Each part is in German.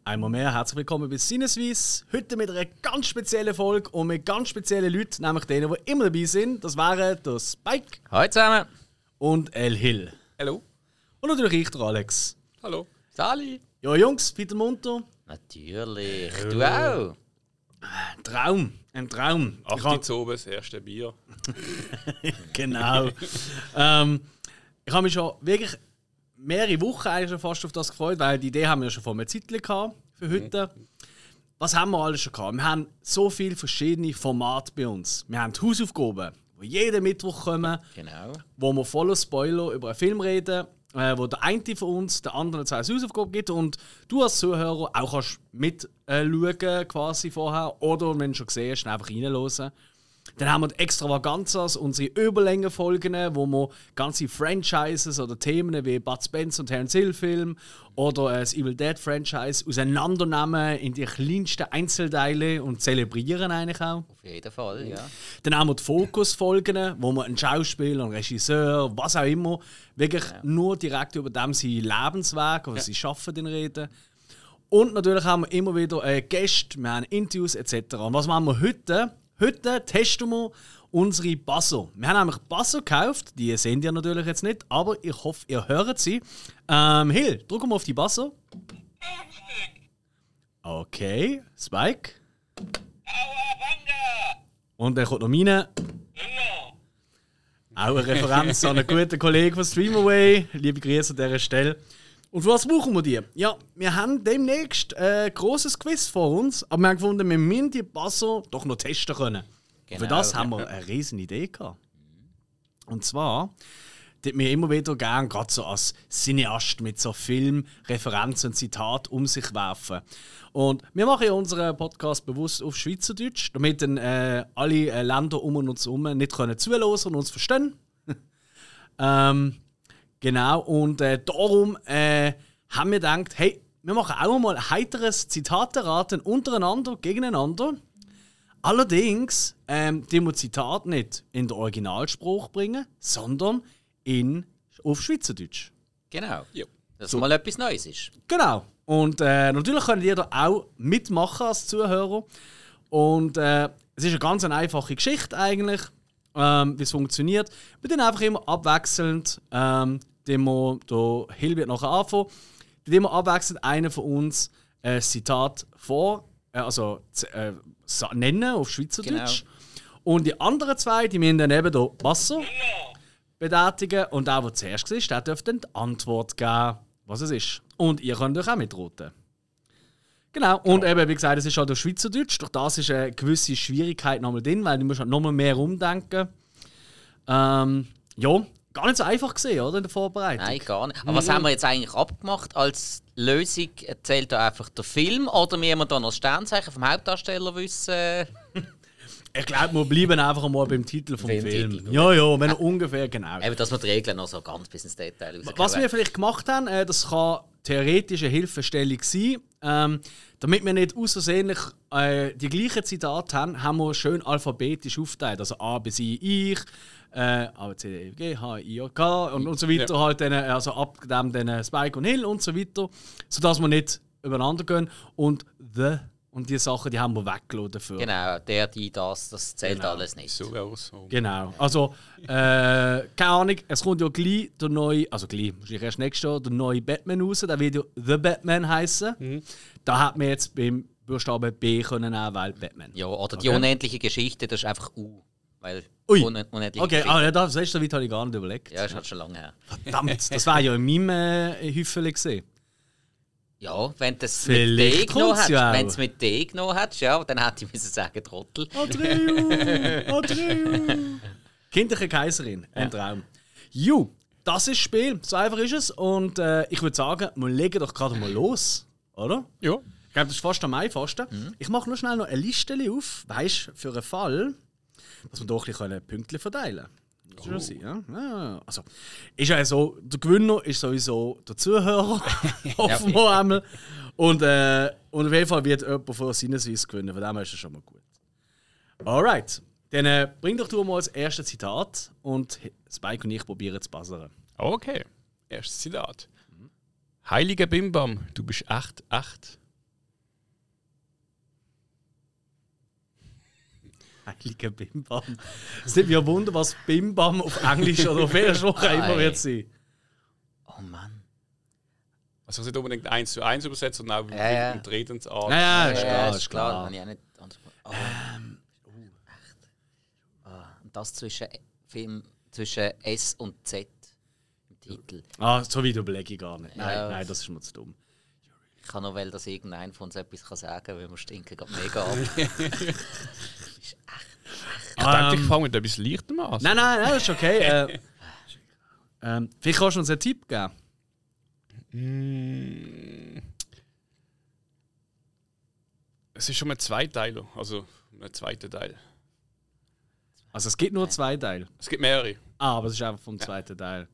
Einmal mehr herzlich willkommen bei Sinneswiss. Heute mit einer ganz speziellen Folge und mit ganz speziellen Leuten, nämlich denen, die immer dabei sind. Das wären der Spike. Hallo zusammen. Und El Hill. Hallo. Und natürlich ich, der Alex. Hallo. Sali. Ja, Jungs, Peter Munter. Natürlich. Du auch. Ein Traum. Ein Traum. 8 Uhr zu oben, das erste Bier. Genau. Ich habe mich schon wirklich mehrere Wochen eigentlich schon fast auf das gefreut, weil die Idee haben wir ja schon vor einer Zeit gehabt für heute. Was haben wir alles schon gehabt? Wir haben so viele verschiedene Formate bei uns. Wir haben die Hausaufgaben, die jeden Mittwoch kommen, Genau. wo wir voller Spoiler über einen Film reden, wo der eine von uns der anderen zwei Hausaufgaben gibt und du als Zuhörer auch kannst mitschauen quasi vorher oder wenn du schon gesehen hast, einfach reinhören. Dann haben wir die Extravaganzas, unsere Überlängenfolgen, wo wir ganze Franchises oder Themen wie Bud Spencer und Terence Hill Film oder das Evil Dead Franchise auseinandernehmen in die kleinsten Einzelteile und zelebrieren eigentlich auch. Auf jeden Fall, ja. Dann haben wir die Fokusfolgen, wo wir einen Schauspieler, einen Regisseur, was auch immer, wirklich nur direkt über dem sein Lebensweg oder sie arbeiten reden. Und natürlich haben wir immer wieder Gäste, wir haben Interviews etc. Und was machen wir heute? Heute testen wir unsere Buzzer. Wir haben nämlich Buzzer gekauft, die sehen ihr natürlich jetzt nicht, aber ich hoffe, ihr hört sie. Hill, drücken wir auf die Buzzer. Okay, Spike. Und dann kommt noch meine. Auch eine Referenz an einen guten Kollegen von Streamaway. Liebe Grüße an dieser Stelle. Und für was brauchen wir die? Ja, wir haben demnächst ein grosses Quiz vor uns, aber wir haben gefunden, wir müssen die Buzzer doch noch testen können. Genau, Für das haben wir eine riesen Idee gehabt. Und zwar, dass wir immer wieder gerne, gerade so als Cineast mit so Filmreferenzen und Zitaten um sich werfen. Und wir machen ja unseren Podcast bewusst auf Schweizerdeutsch, damit dann alle Länder um uns herum nicht können zuhören und uns verstehen. Genau, und darum haben wir gedacht, hey, wir machen auch mal ein heiteres Zitate-Raten untereinander, gegeneinander. Allerdings, die wir Zitate nicht in den Originalspruch bringen, sondern auf Schweizerdeutsch. Genau. Ja. Dass mal etwas Neues ist. Genau. Und natürlich könnt ihr da auch mitmachen als Zuhörer. Und es ist eine ganz einfache Geschichte eigentlich, wie es funktioniert. Wir dann einfach immer abwechselnd, der Hill wird nachher anfangen, immer abwechselnd einer von uns ein Zitat nennen auf Schweizerdeutsch. Genau. Und die anderen zwei, die müssen dann eben hier Wasser betätigen. Und der zuerst war, der dürfte dann die Antwort geben, was es ist. Und ihr könnt euch auch mitraten. Genau, und eben, wie gesagt, es ist halt auf Schweizerdeutsch. Durch das ist eine gewisse Schwierigkeit nochmal drin, weil du musst halt nochmal mehr umdenken. Ja, gar nicht so einfach gesehen, oder, in der Vorbereitung? Nein, gar nicht. Aber was haben wir jetzt eigentlich abgemacht als Lösung? Zählt da einfach der Film oder müssen wir da noch das Sternzeichen vom Hauptdarsteller wissen? Ich glaube, wir bleiben einfach mal beim Titel vom Film. Titel, Ja, wenn er ungefähr genau. Eben, dass wir die Regeln noch so ganz bis ins Detail rauskommen. Was wir vielleicht gemacht haben, das kann theoretische Hilfestellung sein. Damit wir nicht außersehentlich die gleichen Zitate haben, haben wir schön alphabetisch aufgeteilt. Also A bis I, ich, A, B, C, D, E, F, G, H, I, J, K und so weiter. Ja. Halt dann, also ab dem dann Spike und Hill und so weiter. Sodass wir nicht übereinander gehen. Und The und die Sachen, die haben wir weggelassen dafür. Genau, das zählt alles nicht. So aus. Genau. Also, keine Ahnung, es kommt ja gleich der neue, also gleich, wahrscheinlich erst nächstes Jahr, der neue Batman raus. Der wird ja The Batman heißen. Da hat man jetzt beim Buchstaben B können nehmen, weil Batman. Ja, oder die unendliche Geschichte, das ist einfach U. Weil unendliche Okay, Geschichte. Das ist so weit, habe ich gar nicht überlegt. Ja, das ist halt schon lange her. Verdammt, das war ja in meinem Hüffel gesehen. Ja, wenn du es Vielleicht mit D genommen kommt's hättest, ja auch. wenn es mit D genommen hättest, ja, dann hätte ich müssen sagen Trottel. Adreu. Kindliche Kaiserin, ein Traum. Ju, das ist das Spiel, so einfach ist es. Und ich würde sagen, wir legen doch gerade mal los, oder? Ja. Ich glaube, das ist fast am einfachsten. Ich mache nur schnell noch eine Liste auf, weißt, für einen Fall, dass wir doch ein bisschen Pünktchen verteilen können. Das ist schon sein, ja? Ja. Also, ist ja so, der Gewinner ist sowieso der Zuhörer, hoffen wir einmal. Und auf jeden Fall wird jemand von Sinneswiss gewinnen, von dem her ist das schon mal gut. Alright, dann bring doch du mal das erste Zitat und Spike und ich probieren zu buzzern. Okay. Erstes Zitat. Heiliger Bimbam, du bist echt, echt. Heilige Bimbam. Es nimmt mich ein Wunder, was Bimbam auf Englisch oder auf welcher Sprache immer wird sein. Oh Mann. Also nicht unbedingt 1:1 übersetzt, sondern auch Ja. mit Redensart. Ja, ist Ja, klar, ist ist klar. klar. Habe ich auch nicht anders. Echt. Und das zwischen S und Z im Titel. Ah, so weit überlege ich gar nicht. Nein, Ja. nein, das ist mir zu dumm. Ich kann noch weil, dass irgendeiner von uns etwas sagen kann, weil wir stinken gerade mega ab. Ich dachte, ich fange mit etwas Leichtem an. Nein, das ist okay. Vielleicht kannst du uns einen Tipp geben. Es ist schon ein Zweiteiler, also ein zweiter Teil. Also es gibt nur 2 Teile. Es gibt mehrere. Ah, aber es ist einfach vom zweiten Teil.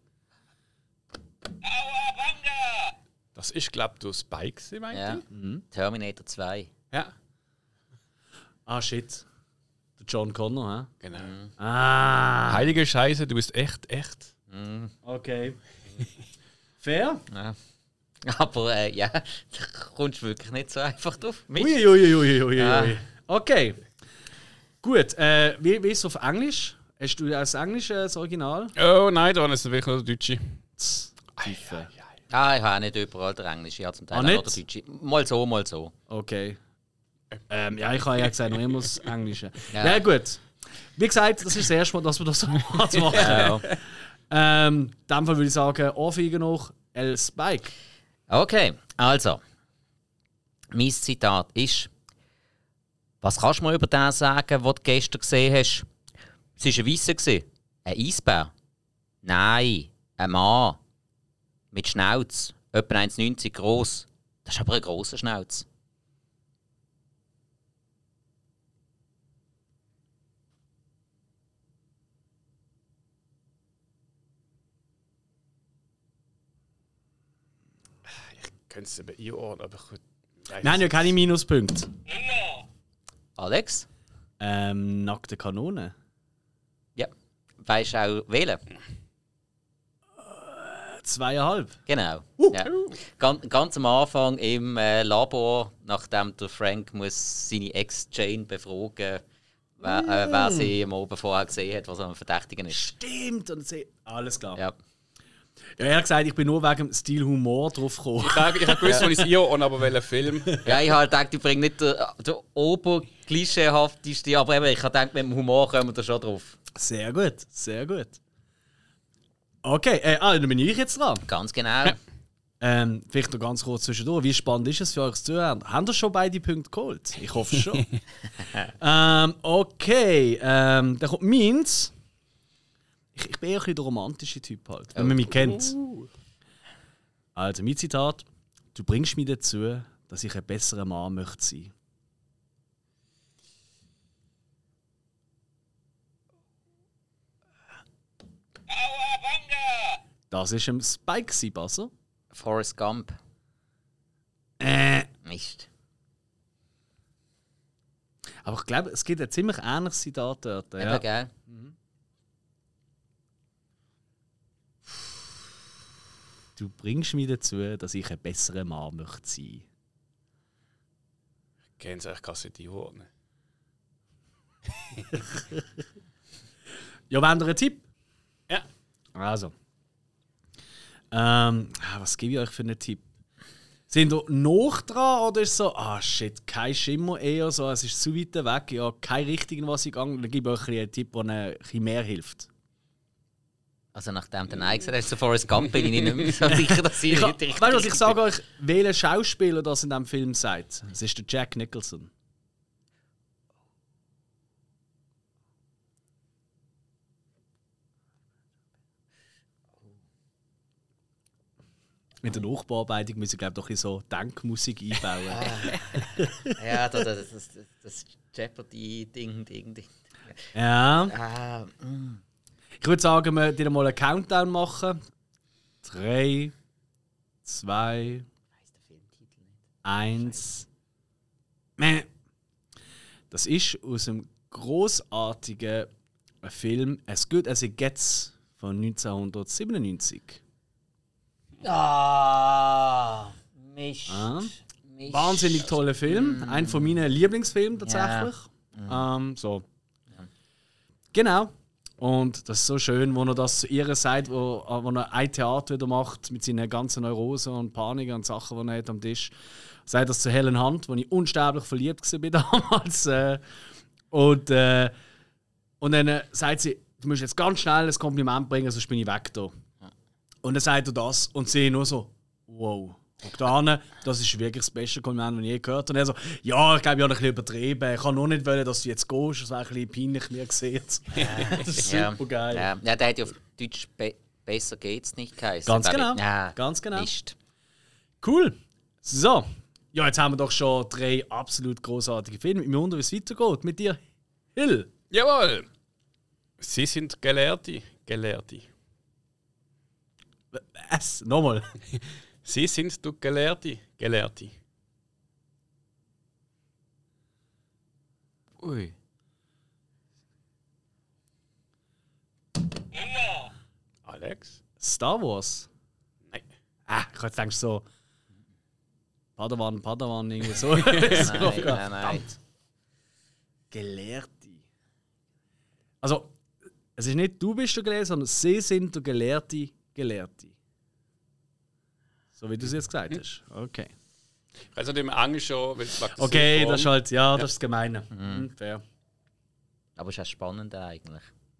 Das ist, glaube ich, durch Spike, meinte Ja. ich. Terminator 2. Ja. Ah, shit. Der John Connor, hä? Genau. Ah, Heilige Scheiße, du bist echt. okay. Fair? Ja. Aber ja, da kommst du wirklich nicht so einfach drauf. Uiuiuiui. Ah. Okay. Gut, wie ist es auf Englisch? Hast du das Englische, das Original? Oh nein, da war es wirklich nur der Deutsche. Tiefe. Ich habe auch nicht überall den Englisch, ich habe zum Teil auch nicht? der Deutsche. Mal so, mal so. Okay. Ja, ich habe ja gesagt, noch immer das Englische. Ja. Ja, gut. Wie gesagt, das ist das erste Mal, dass wir das so machen. Ja. In dem Fall würde ich sagen, Ohrfeige noch, El Spike. Okay, also. Mein Zitat ist: Was kannst du mir über den sagen, was du gestern gesehen hast? Es war ein Weisser. Ein Eisbär? Nein, ein Mann. Mit Schnauz. Etwa 1,90 groß. Das ist aber ein grosser Schnauz. Ich könnte es eben einordnen, aber ich weiss Nein, ja keine Minuspunkte. Alex? Nackte Kanone. Ja. Weißt du auch wählen? 2,5. Genau. Ja. Ganz am Anfang im Labor, nachdem der Frank muss seine Ex-Jane befragen, wer sie am Oben vorher gesehen hat, was am Verdächtigen ist. Stimmt. Und alles klar. Ja. Ja, ehrlich gesagt, ich bin nur wegen dem Stil Humor drauf gekommen. Ich habe gewusst, wo ich es einordne, aber welchen Film. Ja, ich habe gedacht, ich bringe nicht den oberklischeehafteste, aber eben, ich habe gedacht, mit dem Humor kommen wir da schon drauf. Sehr gut, sehr gut. Okay, dann bin ich jetzt dran. Ganz genau. Vielleicht noch ganz kurz zwischendurch. Wie spannend ist es für euch Zuhören? Haben ihr schon beide Punkte geholt? Ich hoffe schon. Okay, dann kommt meins. Ich bin eher ein bisschen der romantische Typ halt, wenn man mich kennt. Also, mein Zitat: Du bringst mich dazu, dass ich ein besserer Mann möchte sein. Das ist ein Spike, Basser. Forrest Gump. Mist. Aber ich glaube, es gibt ein ziemlich ähnliches Zitat dort. Ja. Ja. Gell? Du bringst mich dazu, dass ich ein besserer Mann möchte sein. Kennen Sie, ich kann es nicht einordnen. Ja, wollt ihr einen Tipp? Ja. Also. Was gebe ich euch für einen Tipp? Sind ihr noch dran oder ist es so, shit, kein Schimmer, eher so, es ist zu weit weg, ja, kein richtigen, was ich gegangen, dann gebe ich euch einen Tipp, der ein bisschen mehr hilft. Also nachdem der Nein gesagt hat zu Forrest Gump, bin ich nicht mehr so sicher, dass ich nicht richtig... Weißt du was, ich sage euch, welcher Schauspieler das in diesem Film sagt. Es ist der Jack Nicholson. Mit der Nachbearbeitung müssen wir, glaube ich, doch ein bisschen so Denkmusik einbauen. Ja, das Jeopardy-Ding. Ja. Ich würde sagen, wir dir mal einen Countdown machen. 3, 2, 1. Das ist aus einem grossartigen Film «As Good As It Gets» von 1997. Mist. Wahnsinnig toller Film. Einer von meinen Lieblingsfilmen tatsächlich. So. Genau. Und das ist so schön, wo er das zu ihr sagt, wo er ein Theater wieder macht mit seinen ganzen Neurosen und Paniken und Sachen, die er hat am Tisch. Sagt das zu Helen Hunt, wo ich unsterblich verliebt war damals. Und dann sagt sie, du musst jetzt ganz schnell ein Kompliment bringen, sonst bin ich weg da. Und dann sagt er das und sie nur so, wow. Und da das ist wirklich das beste Kompliment, das ich je gehört habe. Und er so, ja, ich glaube, ich habe ein bisschen übertrieben. Ich kann nur nicht wollen, dass du jetzt gehst. Das war ein bisschen peinlich, mir gesehen. Das ist super geil. Ja, der hat ja auf Deutsch «Besser geht's nicht» geheißen. Ganz genau. Ja, ganz genau. Mist. Cool. So. Ja, jetzt haben wir doch schon 3 absolut großartige Filme. Ich wundere, wie es weitergeht. Mit dir, Hill. Jawohl! Sie sind Gelehrte. Was? Nochmal. Sie sind du Gelehrte. Ui. Alex? Star Wars. Nein. Ich hätte gedacht so. Padawan, irgendwie so. Nein. Gelehrte. Also, es ist nicht du bist der Gelehrte, sondern sie sind der Gelehrte. So wie du es jetzt gesagt hast. Okay. Ich weiß nicht im Englisch schon, weil Okay, das ist halt, ja, das ist das Gemeine. Fair. Aber es ist auch spannend eigentlich.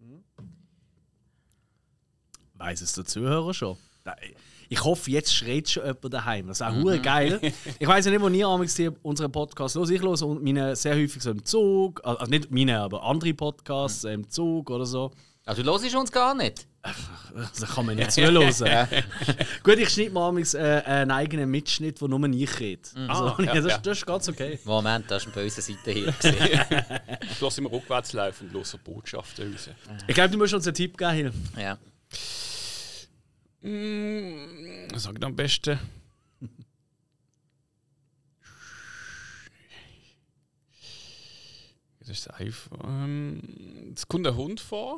Weiss es der Zuhörer schon? Ich hoffe, jetzt schreit schon jemand daheim. Das ist auch hure geil. Ich weiss ja nicht, wo ihr amigs unseren Podcast los. Ich höre meine sehr häufig so im Zug. Also nicht meine, aber andere Podcasts im Zug oder so. Also du hörst uns gar nicht? Das kann man nicht zuhören. Gut, ich schneide mir amigs einen eigenen Mitschnitt, der nur ich rede. Also, das ist ganz okay. Moment, das ist eine böse Seite hier gesehen. Ich lasse immer rückwärts laufen und höre Botschaften raus. Ich glaube, du musst uns einen Tipp geben, Hill. Ja. Sag ich am besten. Das ist einfach. Es kommt ein Hund vor.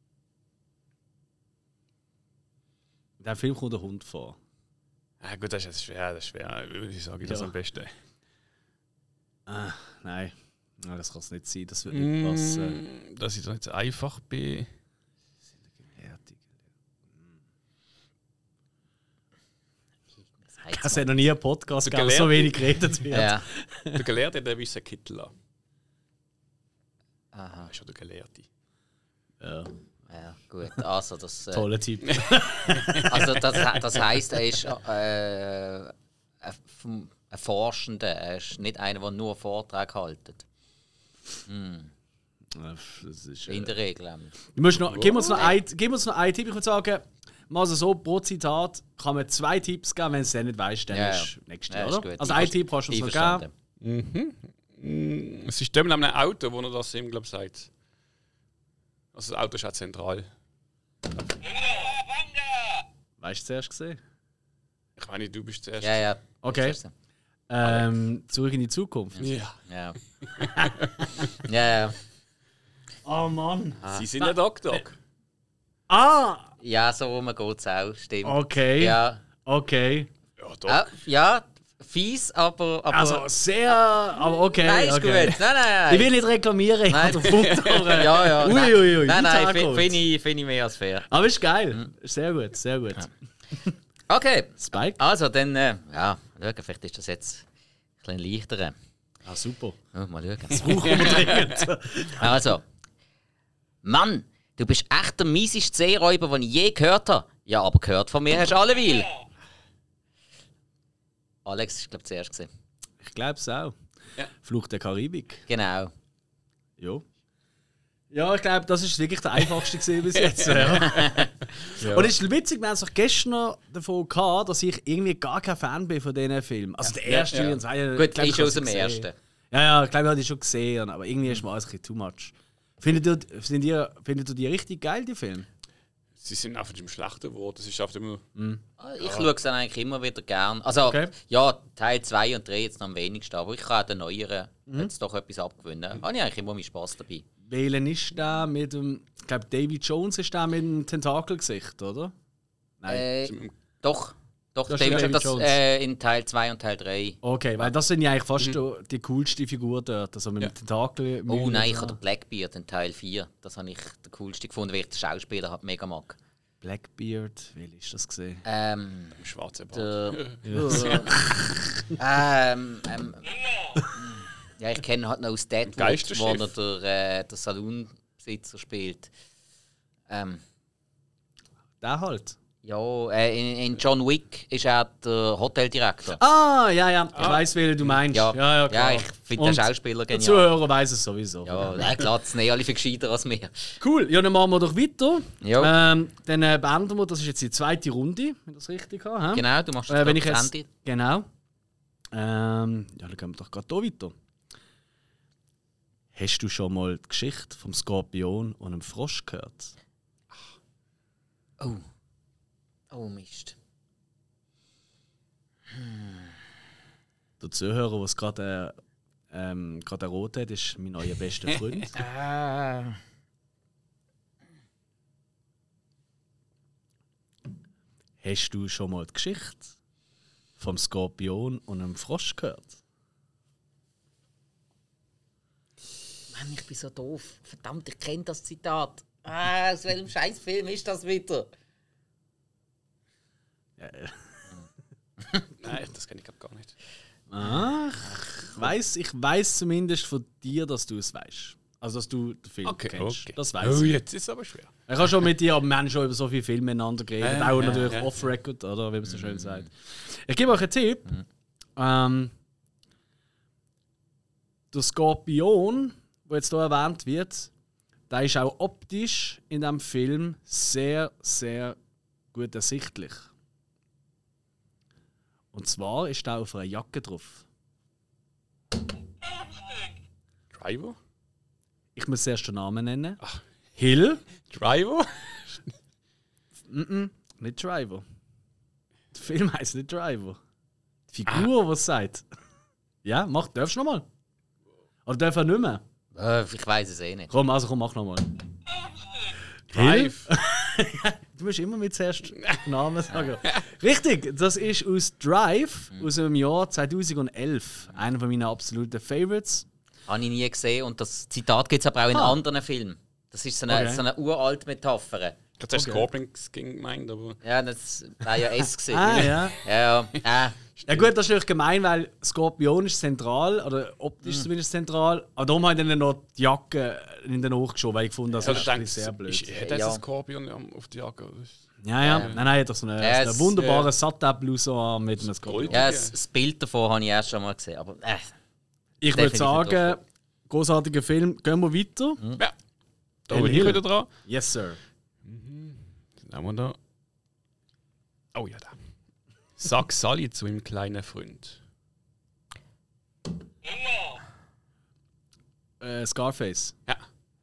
In diesem Film kommt der Hund vor. Ah, gut, das ist schwer. Wie sage ich das am besten? Nein. Ja, das kann es nicht sein. Das wird nicht passen. Dass ich da jetzt einfach bin. Es hat noch nie einen Podcast gegeben, wo so wenig geredet wird. Ja. Der Gelehrte hat einen weißen Kittel an. Aha. Das ist schon der Gelehrte. Ja. Ja, gut. Also das. Toller Typ. Also das heisst, er ist ein Forschender. Er ist nicht einer, der nur Vorträge hält. Das ist, In der Regel. gib uns noch einen Tipp. Ich würde sagen, mal so pro Zitat kann man 2 Tipps geben, wenn es nicht weißt, dann ist nächstes Jahr, oder? Gut. Also ein Tipp kannst du uns noch geben. Es ist dem einem Auto, wo er das ihm, glaube ich, sagt. Also das Auto ist auch zentral. Weißt du zuerst gesehen? Ich meine, du bist zuerst. Ja. Okay. Zurück in die Zukunft. Ja. Ja. Oh Mann. Sie sind ein Doc-Doc. Ja, so rum geht es auch, stimmt. Okay. Ja. Okay. Ja, Doc. Ja, fies, aber. Also sehr. Aber okay. Nein, ist okay. gut. Nein. Ich will nicht reklamieren. Nein. Ja. Ui. Nein, finde ich mehr als fair. Aber ist geil. Sehr gut. Ja. Okay. Spike? Also, dann, schauen, vielleicht ist das jetzt ein bisschen leichterer. Ah, super. Ja, mal schauen. Das brauchen wir dringend. Also. Mann, du bist echt der mieseste Seeräuber, den ich je gehört habe. Ja, aber gehört von mir hast du alleweil. Alex ist, glaube ich, zuerst gesehen. Ich glaube es auch. Ja. Fluch der Karibik. Genau. Ja, ich glaube, das ist wirklich der einfachste gewesen bis jetzt. Ja. Und es ist witzig, wir haben es doch gestern noch davon gehabt, dass ich irgendwie gar kein Fan bin von diesen Filmen. Also der erste und der zweite. Gut, ich schon aus dem ersten. Ja, ich glaube, ich habe die schon gesehen, aber irgendwie ist mir alles ein bisschen too much. Findet ihr die richtig geil, die Filme? Sie sind einfach im schlechten Wort. Das ist auf dem. Ich schaue es dann eigentlich immer wieder gern. Also, ja, Teil 2 und 3 jetzt noch am wenigsten, aber ich kann auch den neueren jetzt doch etwas abgewinnen. Habe ich eigentlich immer meinen Spass dabei. Wählen ist der mit dem. Ich glaube, Davy Jones ist der mit dem Tentakelgesicht, oder? Nein. Doch. Doch, Das David ist Jones, Davy das Jones. In Teil 2 und Teil 3. Okay, weil das sind ja eigentlich fast die coolste Figur dort. Also mit dem Tentakel. Oh nein, ich habe den Blackbeard in Teil 4. Das habe ich den coolsten gefunden, weil ich den Schauspieler halt mega mag. Blackbeard, wie ist das gesehen? Schwarze Bart. Ja, ich kenne halt noch aus Deadwood, Geisterschiff. wo er der Saloonbesitzer spielt. Der halt. Ja, in John Wick ist er der Hoteldirektor. Ah, ja. Ich weiss, welchen du meinst. Ja, klar. ja, ich finde den Und Schauspieler Der genial. Zuhörer weiss es sowieso. Ja, klar, das sind alle viel gescheiter als mir. Cool, ja, dann machen wir doch weiter. Ja. Dann beenden wir, das ist jetzt die zweite Runde, wenn ich das richtig habe. Hä? Genau, du machst jetzt Wenn ich das jetzt, Ende. genau. Ja, dann gehen wir doch gerade hier weiter. Hast du schon mal die Geschichte vom Skorpion und dem Frosch gehört? Oh Mist. Der Zuhörer, der es gerade erraten hat, ist mein neuer bester Freund. Hast du schon mal die Geschichte vom Skorpion und dem Frosch gehört? Mann, ich bin so doof. Verdammt, ich kenne das Zitat. Aus welchem Scheißfilm ist das wieder? Nein, das kenne ich glaub gar nicht. Ich weiß zumindest von dir, dass du es weißt. Also, dass du den Film kennst. Das weiß Oh, ich. jetzt ist es aber schwer. Ich habe schon mit dir, aber wir haben schon über so viele Filme miteinander geredet. Auch natürlich ja. off-record, oder wie man so schön sagt. Ich gebe euch einen Tipp. Der Skorpion, der jetzt hier erwähnt wird, der ist auch optisch in diesem Film sehr, sehr gut ersichtlich. Und zwar ist er auf einer Jacke drauf. Driver? Ich muss zuerst den Namen nennen. Hill? Driver? Nicht Driver. Der Film heisst nicht Driver. Die Figur, die es sagt. Ja, darfst du nochmal? Oder darf er nicht mehr? Ich weiß es eh nicht. Komm, mach nochmal. Drive? Du musst immer mit zuerst den Namen sagen. Richtig, das ist aus Drive aus dem Jahr 2011. Einer von meinen absoluten Favorites. Habe ich nie gesehen und das Zitat gibt es aber auch in anderen Filmen. Das ist so eine uralte Metapher. Ich habe Scorpions gemeint, aber. Ja, das war ja S gesehen. Ja. Ja. Ja gut, das ist natürlich gemein, weil Skorpion ist zentral, oder optisch zumindest zentral. Aber darum habe ich dann noch die Jacke in den hochgeschoben, weil ich gefunden habe, das ist sehr blöd. Hätte jetzt ein Skorpion auf die Jacke? Ja. Nein, er hat doch so eine wunderbare Satin-Bluse mit einem Skorpion. Ja, das Bild davon habe ich erst schon mal gesehen. Aber Ich würde sagen, großartiger Film. Gehen wir weiter. Ja. Da bin ich wieder dran. Yes, sir. Dann haben wir da. Oh ja, da. Sag Sally zu ihm kleiner Freund. Scarface. Ja.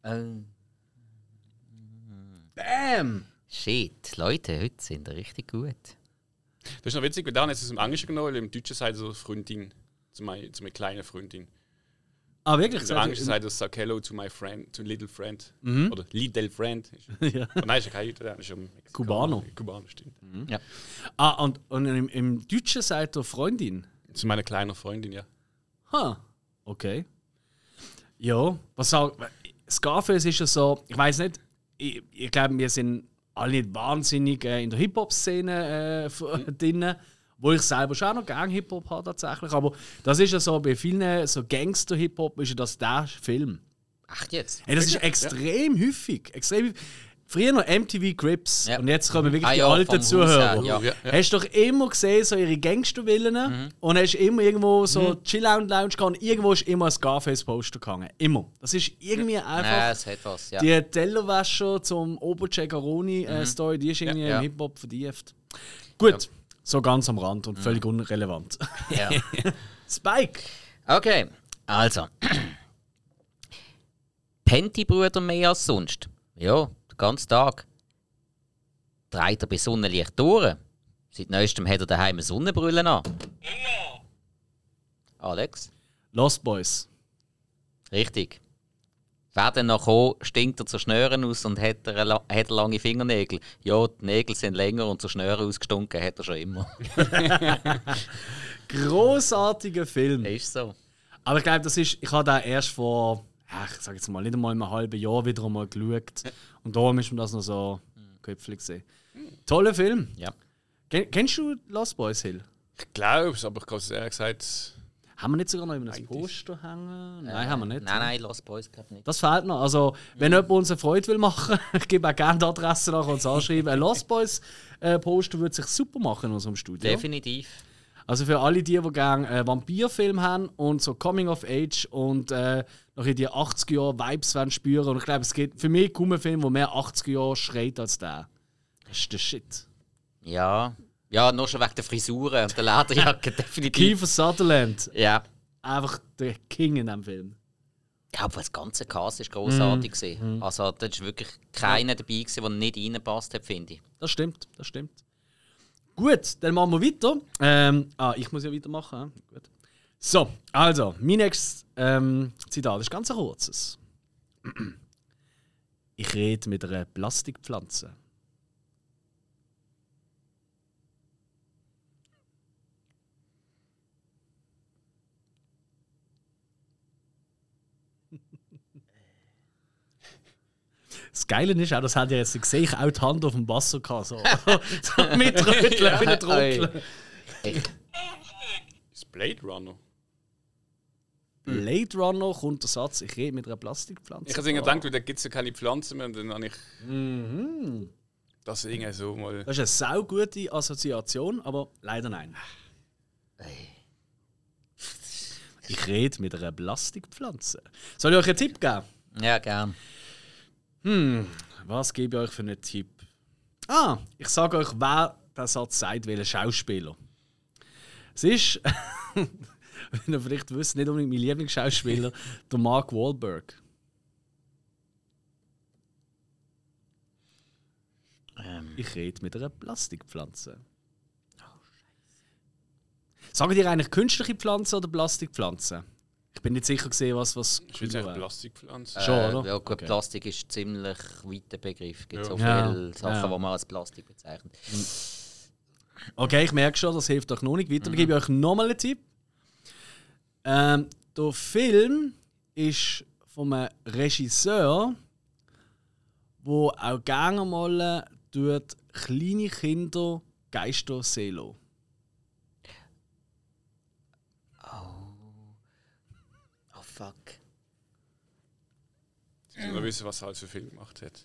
Bam! Shit, Leute, heute sind wir richtig gut. Das ist noch witzig, weil dann ist es im Englischen genommen, weil im Deutschen sagt er Freundin. Zu meiner kleinen Freundin. Ah, wirklich? Im Englischen sagt er Sag hello to my friend, to little friend. Oder little friend. Ja. Oh, nein, ist ja kein Italiener, ist ein Cubano. Cubano, stimmt. Ja. Und im Deutschen sagt er Freundin. Zu meiner kleinen Freundin, ja. Okay. Ja, was sag Scarface ist ja so, ich weiß nicht, ich glaube, wir sind alle nicht wahnsinnig in der Hip-Hop-Szene drin, wo ich selber schon auch noch gerne Hip-Hop habe tatsächlich, aber das ist ja so, bei vielen so Gangster-Hip-Hop ist ja das der Film. Ach jetzt? Hey, das ist extrem häufig. Früher noch MTV Crips und jetzt kommen wirklich die ja, alten Zuhörer. Ja. Hast du doch immer gesehen, so ihre Gangstervillen und hast immer irgendwo so Chill-Out-Lounge gehabt und irgendwo ist immer ein Scarface-Poster gehangen. Immer. Das ist irgendwie einfach... Ja, es hat was, ja. Die Tellerwäscher zum Oberceccaroni-Story, die ist irgendwie im Hip-Hop vertieft. Gut, so ganz am Rand und völlig unrelevant. Ja. Spike! Okay, also. Pennt die Brüder mehr als sonst? Ja, den ganzen Tag. Dreht er bei Sonnenlicht durch? Seit neuestem hat er daheim eine Sonnenbrille an. Alex? Lost Boys. Richtig. wer dann noch kommt, stinkt er zu Schnüren aus und hat er lange Fingernägel. Ja, die Nägel sind länger und zu Schnüren ausgestunken hat er schon immer. Grossartiger Film. Ist so. Aber ich glaube, ich habe den erst vor, ich sage jetzt mal, nicht einmal einem halben Jahr wieder einmal geschaut. Und darum ist mir das noch so köpflich gesehen. Toller Film. Ja. Kennst du Lost Boys Hill? Ich glaube es, aber ich habe es ehrlich gesagt. Haben wir nicht sogar noch über ein Poster hängen? Nein, haben wir nicht. Nein, Lost Boys glaube nicht. Das fehlt noch. Also, wenn jemand uns eine Freude will machen, ich gebe auch gerne die Adresse nach uns anschreiben. Ein Lost Boys Poster würde sich super machen in unserem Studio. Definitiv. Also für alle die gerne Vampirfilm haben und so Coming of Age und noch in die 80er Jahre Vibes spüren. Und ich glaube, es gibt für mich kaum einen Film, der mehr 80er Jahre schreit als der. Das ist der Shit. Ja, nur schon wegen der Frisuren und der Lederjacke, definitiv. Kiefer Sutherland. Ja. Einfach der King in diesem Film. Ja, aber das ganze Cast war grossartig. Also da war wirklich keiner dabei, der nicht reingepasst hat, finde ich. Das stimmt. Gut, dann machen wir weiter. Ich muss ja weitermachen. Gut. So, also, mein nächstes Zitat ist ganz ein kurzes. Ich rede mit einer Plastikpflanze. Das Geile ist auch, das hat ihr jetzt gesehen, ich auch die Hand auf dem Wasser gehabt, so mit Röteln, wieder trockeln. Ist Blade Runner? Blade Runner kommt der Satz, ich rede mit einer Plastikpflanze. Ich habe gedacht, da gibt es ja keine Pflanzen mehr und dann habe ich das irgendwie so mal... Das ist eine saugute Assoziation, aber leider nein. Ich rede mit einer Plastikpflanze. Soll ich euch einen Tipp geben? Ja, gern. Was gebe ich euch für einen Tipp? Ich sage euch, wer den Satz sagt, welcher Schauspieler. Es ist, wenn ihr vielleicht wisst, nicht unbedingt mein Lieblingsschauspieler, der Mark Wahlberg. Ich rede mit einer Plastikpflanze. Sagen ihr eigentlich künstliche Pflanze oder Plastikpflanze? Ich bin nicht sicher gesehen, was Ich würde sagen Plastikpflanze. Schon, oder? Ja, gut, Okay. Plastik ist ein ziemlich weiter Begriff. Es gibt so Ja. viele Sachen, Ja. die man als Plastik bezeichnet. Okay, ich merke schon, das hilft euch noch nicht weiter. Dann gebe ich euch nochmal einen Tipp. Der Film ist von einem Regisseur, der auch gerne mal kleine Kinder Geister sehen lässt. Oh fuck. Ich will noch wissen, was er halt für Film gemacht hat.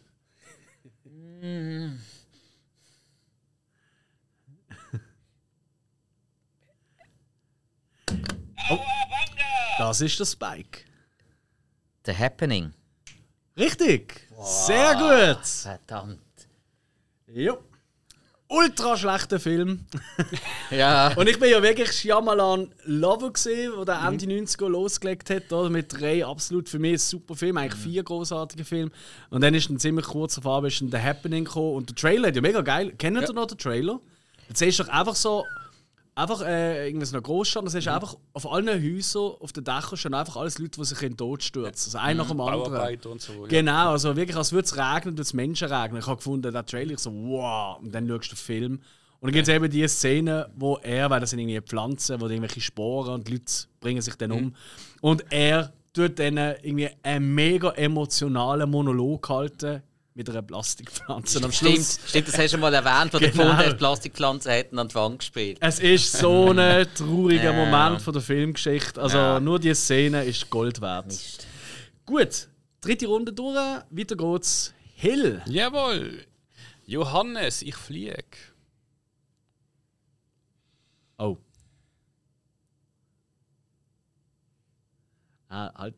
Das ist der Spike. The Happening. Richtig! Sehr gut! Verdammt. Jo. Ultra schlechter Film. Ja. Und ich bin ja wirklich Shyamalan Lover gesehen, der Ende 90er losgelegt hat, oder? Mit 3 absolut für mich super Filme, eigentlich 4 großartige Filme. Und dann ist ein ziemlich kurzer Farbe ist The Happening gekommen und der Trailer ist ja mega geil. Kennt ihr noch den Trailer? Jetzt siehst du doch einfach so, irgendwie so eine Großstadt, da siehst du einfach auf allen Häusern, auf den Dächern stehen einfach alles Leute, die sich in den Tod stürzen. Also einer nach dem anderen. Bauarbeiter und so. Genau, also wirklich, als würde es regnen, würde es Menschen regnen. Ich habe gefunden, der Trailer, ich so, wow, und dann schaust du den Film. Und dann gibt es eben die Szene, wo weil das sind irgendwie Pflanzen, wo irgendwelche Sporen und die Leute bringen sich dann um. Und er tut dann irgendwie einen mega emotionalen Monolog halten mit einer Plastikpflanze. Und am Schluss, Stimmt, das hast du mal erwähnt, wo du Genau. gefunden hast, Plastikpflanzen hätten an die Wand gespielt. es ist so ein trauriger Moment von der Filmgeschichte. Also nur die Szene ist Gold wert. Mist. Gut, 3. Runde durch, weiter geht's. Hill. Jawohl! Johannes, ich fliege. Oh. Halt.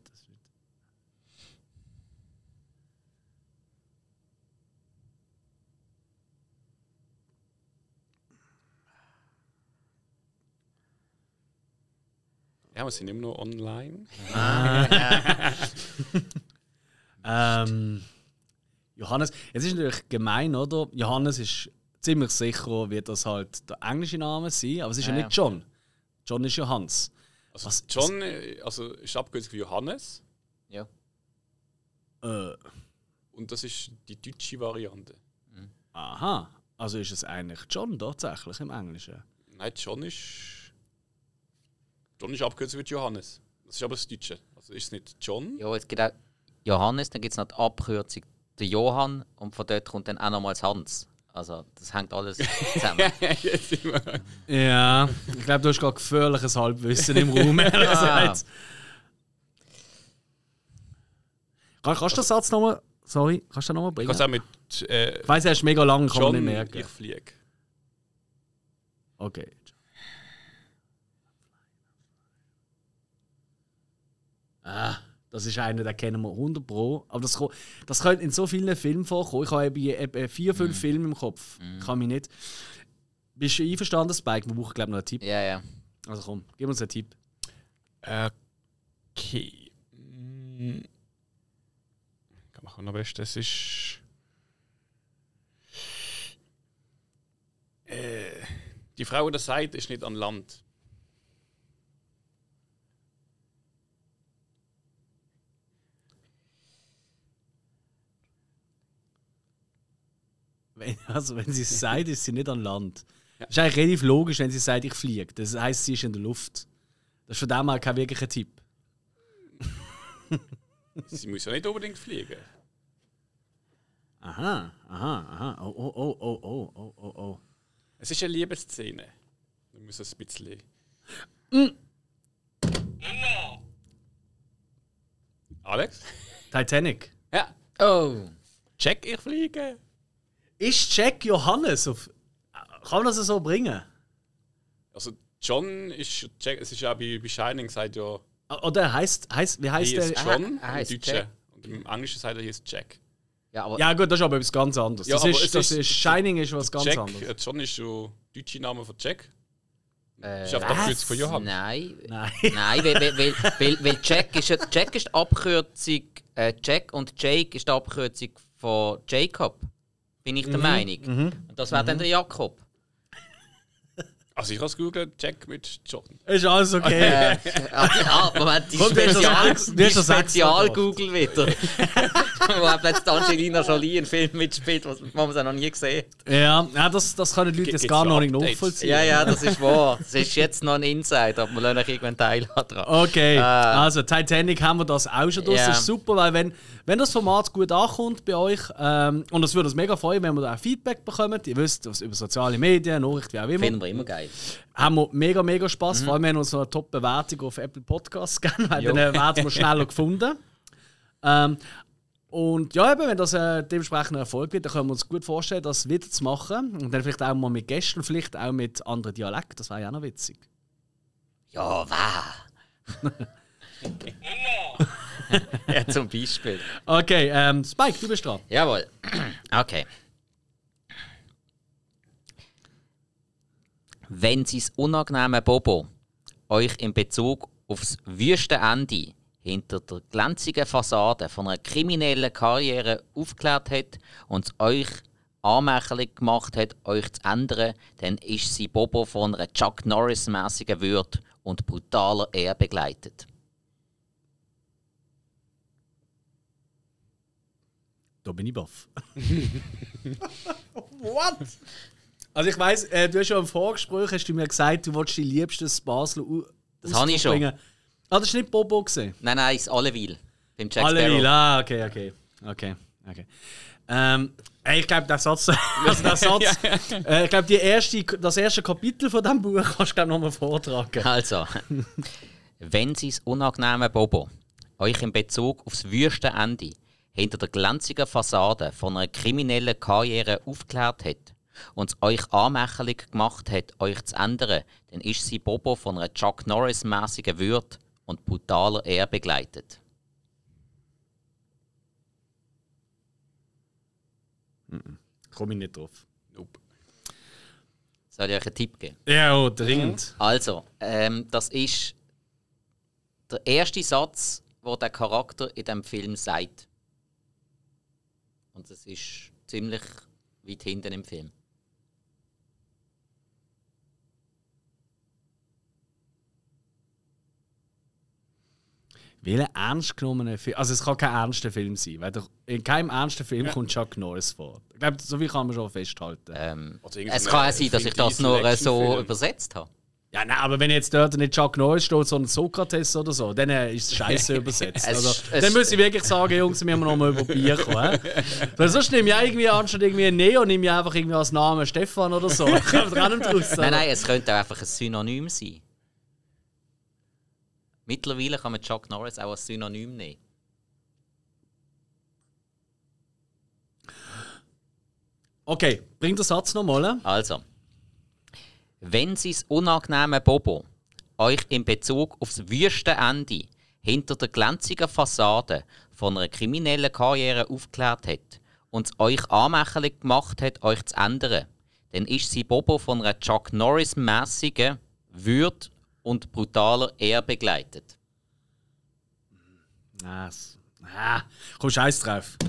Ja, wir sind immer noch online. Johannes, es ist natürlich gemein, oder? Johannes ist ziemlich sicher, wird das halt der englische Name sein, aber es ist ja nicht John. John ist Johannes. Also John ist Abkürzung für Johannes. Ja. Und das ist die deutsche Variante. Aha. Also ist es eigentlich John tatsächlich im Englischen? Nein, John ist abgekürzt mit Johannes. Das ist aber das Deutsche. Also ist es nicht John? Ja, es gibt auch Johannes, dann gibt es noch die Abkürzung der Johann und von dort kommt dann auch nochmals Hans. Also das hängt alles zusammen. Ja, ich glaube, du hast gerade gefährliches Halbwissen im Raum. Kannst du den Satz nochmal... Sorry, kannst du den nochmal bringen? Ich kann es auch mit Ich weiss, er ist mega lang, kann man John, nicht merken. ich fliege. Okay. Das ist einer, den kennen wir 100 Pro. Aber das könnte in so vielen Filmen vorkommen. Ich habe eben 4, 5 Filme im Kopf. Ich kann mich nicht... Bist du einverstanden, Spike? Wir brauchen, glaube ich, noch einen Tipp. Ja, ja. Also komm, gib uns einen Tipp. Okay. Kann man noch besten. Das ist... die Frau, die das sagt, ist nicht an Land. Wenn sie es sagt, ist sie nicht an Land. Das ist eigentlich relativ logisch, wenn sie sagt, ich fliege. Das heisst, sie ist in der Luft. Das ist von dem her kein wirklicher Tipp. Sie muss ja nicht unbedingt fliegen. Aha. Oh. Es ist eine Liebesszene. Du musst es ein bisschen... Alex? Titanic. Ja. Oh! Check, ich fliege. Ist Jack Johannes auf... Kann man das so bringen? Also John ist Jack, es ist ja bei Shining sagt ja, Oder wie heißt hier der? ist John er heisst im Deutschen. Jack. Und im Englischen sagt er, hier ist Jack. Ja, aber Ja gut, das ist aber etwas ganz anderes. Ja, Das aber ist, es ist- Shining ist was ganz Jack, anderes. John ist so der deutsche Name von Jack. Ist auf der Abkürzung von Johann. Nein. Nein. Nein, weil Jack ist die Abkürzung Jack und Jake ist die Abkürzung von Jacob. Bin ich der Meinung. Und das wäre dann der Jakob. Also ich habe es googelt, Jack mit John. Ist alles okay. Moment, die Komm, du hast das Spezial-Google wieder. Wo hat jetzt Angelina Jolie einen Film mitspielt, was man noch nie gesehen hat. Ja, das können die Leute jetzt Gibt's gar noch noch nicht Updates? nachvollziehen. Ja, das ist wahr. Das ist jetzt noch ein Insider, aber wir lassen euch irgendwann teilhaben dran. Okay, also Titanic haben wir das auch schon durch. Ja. Das ist super, weil wenn das Format gut ankommt bei euch, und es würde uns mega freuen, wenn wir da auch Feedback bekommen, ihr wisst, über soziale Medien, Nachrichten, wie auch immer, Finden wir immer geil. haben wir mega Spaß. Vor allem, wenn wir uns noch eine Top-Bewertung auf Apple Podcasts geben, weil dann werden wir schneller gefunden. Und ja, eben, wenn das dementsprechend ein Erfolg wird, dann können wir uns gut vorstellen, das wieder zu machen. Und dann vielleicht auch mal mit Gästen, vielleicht auch mit anderen Dialekten. Das wäre ja auch noch witzig. Ja, wahr. Ja, zum Beispiel. Okay, Spike, du bist dran. Jawohl. Okay. Wenn das unangenehme Bobo euch in Bezug aufs Wüstenende hinter der glänzigen Fassade von einer kriminellen Karriere aufgeklärt hat und es euch anmächtig gemacht hat, euch zu ändern, dann ist sie Bobo von einer Chuck Norris-mäßigen Würde und brutaler Ehe begleitet. Da bin ich baff. What? Also ich weiss, du hast ja im Vorgespräch hast du mir gesagt, du wolltest die liebsten Basel Das habe ich schon. Ah, das war nicht Bobo gesehen. Nein, das ist Alleville. Beim Jack Alleville, Sparrow. okay. Ich glaube, der Satz, ich glaube, das erste Kapitel von diesem Buch kannst du noch mal vortragen. Also, wenn das unangenehme Bobo euch in Bezug aufs Wüstenende hinter der glänzigen Fassade von einer kriminellen Karriere aufgeklärt hat und es euch anmächtig gemacht hat, euch zu ändern, dann ist sie Bobo von einer Chuck Norris-mäßigen Würde und brutaler Ehe begleitet. Komme ich nicht drauf. Nope. Soll ich euch einen Tipp geben? Ja, dringend. Also, das ist der erste Satz, den der Charakter in diesem Film sagt. Und das ist ziemlich weit hinten im Film. Welcher ernst genommene Film? Also es kann kein ernster Film sein, weil in keinem ernsten Film kommt Chuck Norris vor. Ich glaube, so viel kann man schon festhalten. Es kann auch sein, dass ich das nur so übersetzt habe. Ja, nein, aber wenn jetzt dort nicht Chuck Norris steht, sondern Sokrates oder so, dann ist es scheiße übersetzt. Dann muss ich wirklich sagen, Jungs, wir müssen noch mal über Bier kommen. Weil sonst nehme ich irgendwie anstatt irgendwie Neo, nehme ich einfach irgendwie als Namen Stefan oder so. Ich kann da nicht raus. Nein, es könnte auch einfach ein Synonym sein. Mittlerweile kann man Chuck Norris auch als Synonym nehmen. Okay, bring den Satz nochmal. Also, wenn das unangenehme Bobo euch in Bezug aufs wüste Ende hinter der glänzigen Fassade von einer kriminellen Karriere aufgeklärt hat und es euch anmächtig gemacht hat, euch zu ändern, dann ist sie Bobo von einer Chuck Norris-mässigen Würde und brutaler Ehr begleitet. Komm, scheiß drauf.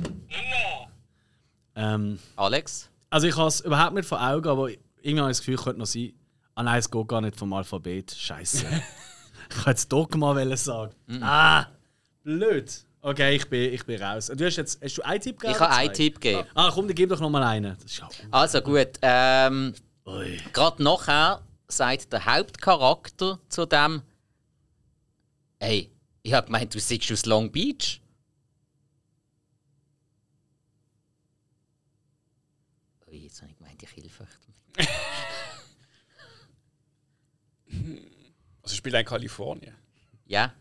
Alex? Also ich habe es überhaupt nicht vor Augen, aber irgendwie habe ich das Gefühl, könnte noch sein. Ah nein, es geht gar nicht vom Alphabet. Scheiße. Ich wollte jetzt Dogma sagen. Blöd. Okay, ich bin raus. Du hast du einen Tipp gegeben? Ich habe einen Tipp gegeben. Komm, dann gib doch noch mal einen. Das ist ja also gut. Gerade nachher sagt der Hauptcharakter zu dem: Hey, ich habe gemeint, du siehst aus Long Beach. Oh, jetzt habe ich gemeint, ich helfe euch. Also spielt er in Kalifornien? Ja.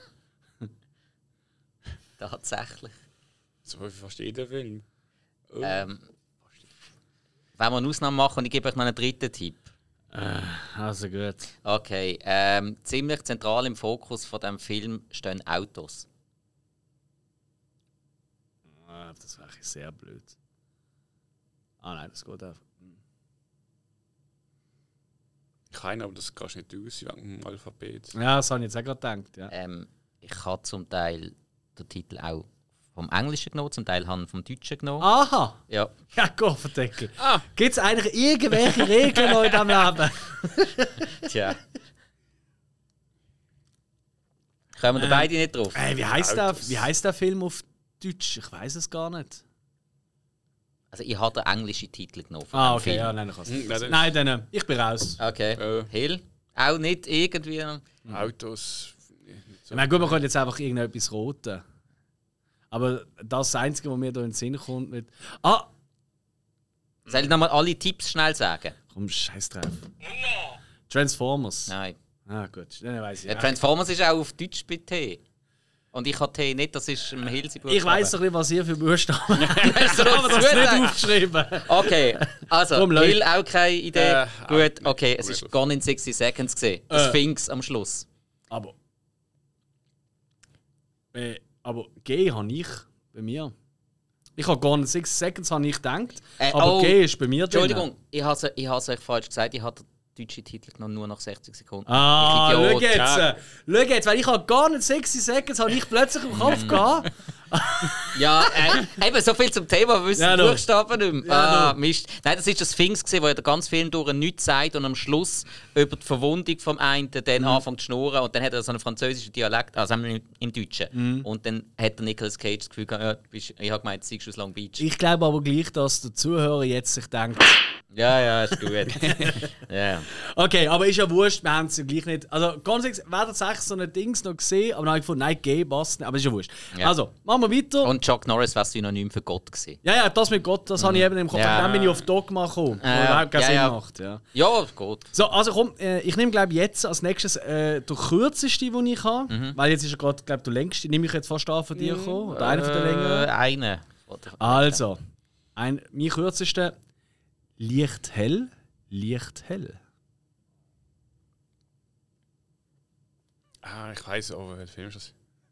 Tatsächlich. So verstehe ich den Film. Oh. Wenn wir eine Ausnahme machen und ich gebe euch noch einen dritten Tipp. Also gut. Okay, ziemlich zentral im Fokus von dem Film stehen Autos. Das wäre sehr blöd. Nein, das geht einfach. Keiner, aber das kannst du nicht aus wegen dem Alphabet. Ja, das habe ich jetzt auch gerade gedacht. Ja. Ich habe zum Teil den Titel auch vom Englischen genommen, zum Teil habe ich vom Deutschen genommen. Aha! Ja. Ja, Gott verdecke. Gibt es eigentlich irgendwelche Regeln noch in diesem Leben? Tja. Kommen wir beide nicht drauf? Wie heisst der Film auf Deutsch? Ich weiß es gar nicht. Also ich habe den englischen Titel genommen. Okay, Film. ja, nein, nein, dann ich bin raus. Okay. Hill? Auch nicht irgendwie. Autos. So. Na gut, man könnte jetzt einfach irgendetwas roten. Aber das Einzige, was mir da in den Sinn kommt, mit. Soll ich nochmal alle Tipps schnell sagen? Komm, scheiß drauf. Transformers. Nein. Gut, dann weiß ich. Ja, Transformers ist auch auf Deutsch bei T. Und ich habe T nicht, das ist im Hilsi-Buchstaben. Ich weiss doch nicht, was ihr für Buchstaben habt. Ich habe das nicht aufgeschrieben. Okay, also, Komm, Hill auch keine Idee. Gut, okay, es gut. ist Gone in 60 Seconds gesehen. Das Sphinx am Schluss. Aber G habe ich bei mir. Ich habe gar nicht 6 Seconds habe ich gedacht. Aber G ist bei mir drin. Entschuldigung, ich habe es euch falsch gesagt. Ich habe den deutschen Titel genommen, nur nach 60 Sekunden. Schau jetzt, weil ich habe gar nicht 60 Seconds, habe ich plötzlich im Kopf gehabt. Ja, eben so viel zum Thema, wir wissen Ja, die no. Buchstaben nicht mehr. Ja, Mist. Nein, das ist das Sphinx, wo er den ganzen Film durch nichts sagt und am Schluss über die Verwundung vom einen dann anfängt zu schnurren und dann hat er so einen französischen Dialekt, also im Deutschen. Und dann hat der Nicolas Cage das Gefühl gehabt, ich habe gemeint, du siehst aus Long Beach. Ich glaube aber gleich, dass der Zuhörer jetzt sich denkt. Ja, ist gut. Ja. Okay, aber ist ja wurscht, wir haben es ja gleich nicht. Also ganz ehrlich, wer hat tatsächlich so ein Dings noch gesehen, aber dann habe ich gefunden, nein, G passt nicht, aber ist ja wurscht. Ja. Also, machen wir weiter. Und Chuck Norris war Synonym für Gott gewesen. Ja, das mit Gott, das habe ich eben im Kopf. Ja. Dann bin ich auf Dogma gekommen, wo überhaupt keinen Sinn macht. Ja. Ja, gut. So, also komm, ich nehme glaube jetzt als nächstes der kürzeste, den ich habe. Weil jetzt ist er gerade, glaube der längste. Nehme ich jetzt fast an von dir gekommen? Oder einer von den längeren? Eine. Also, mein kürzester. Licht hell, Licht hell. Ich weiss aber, welcher Film ist das?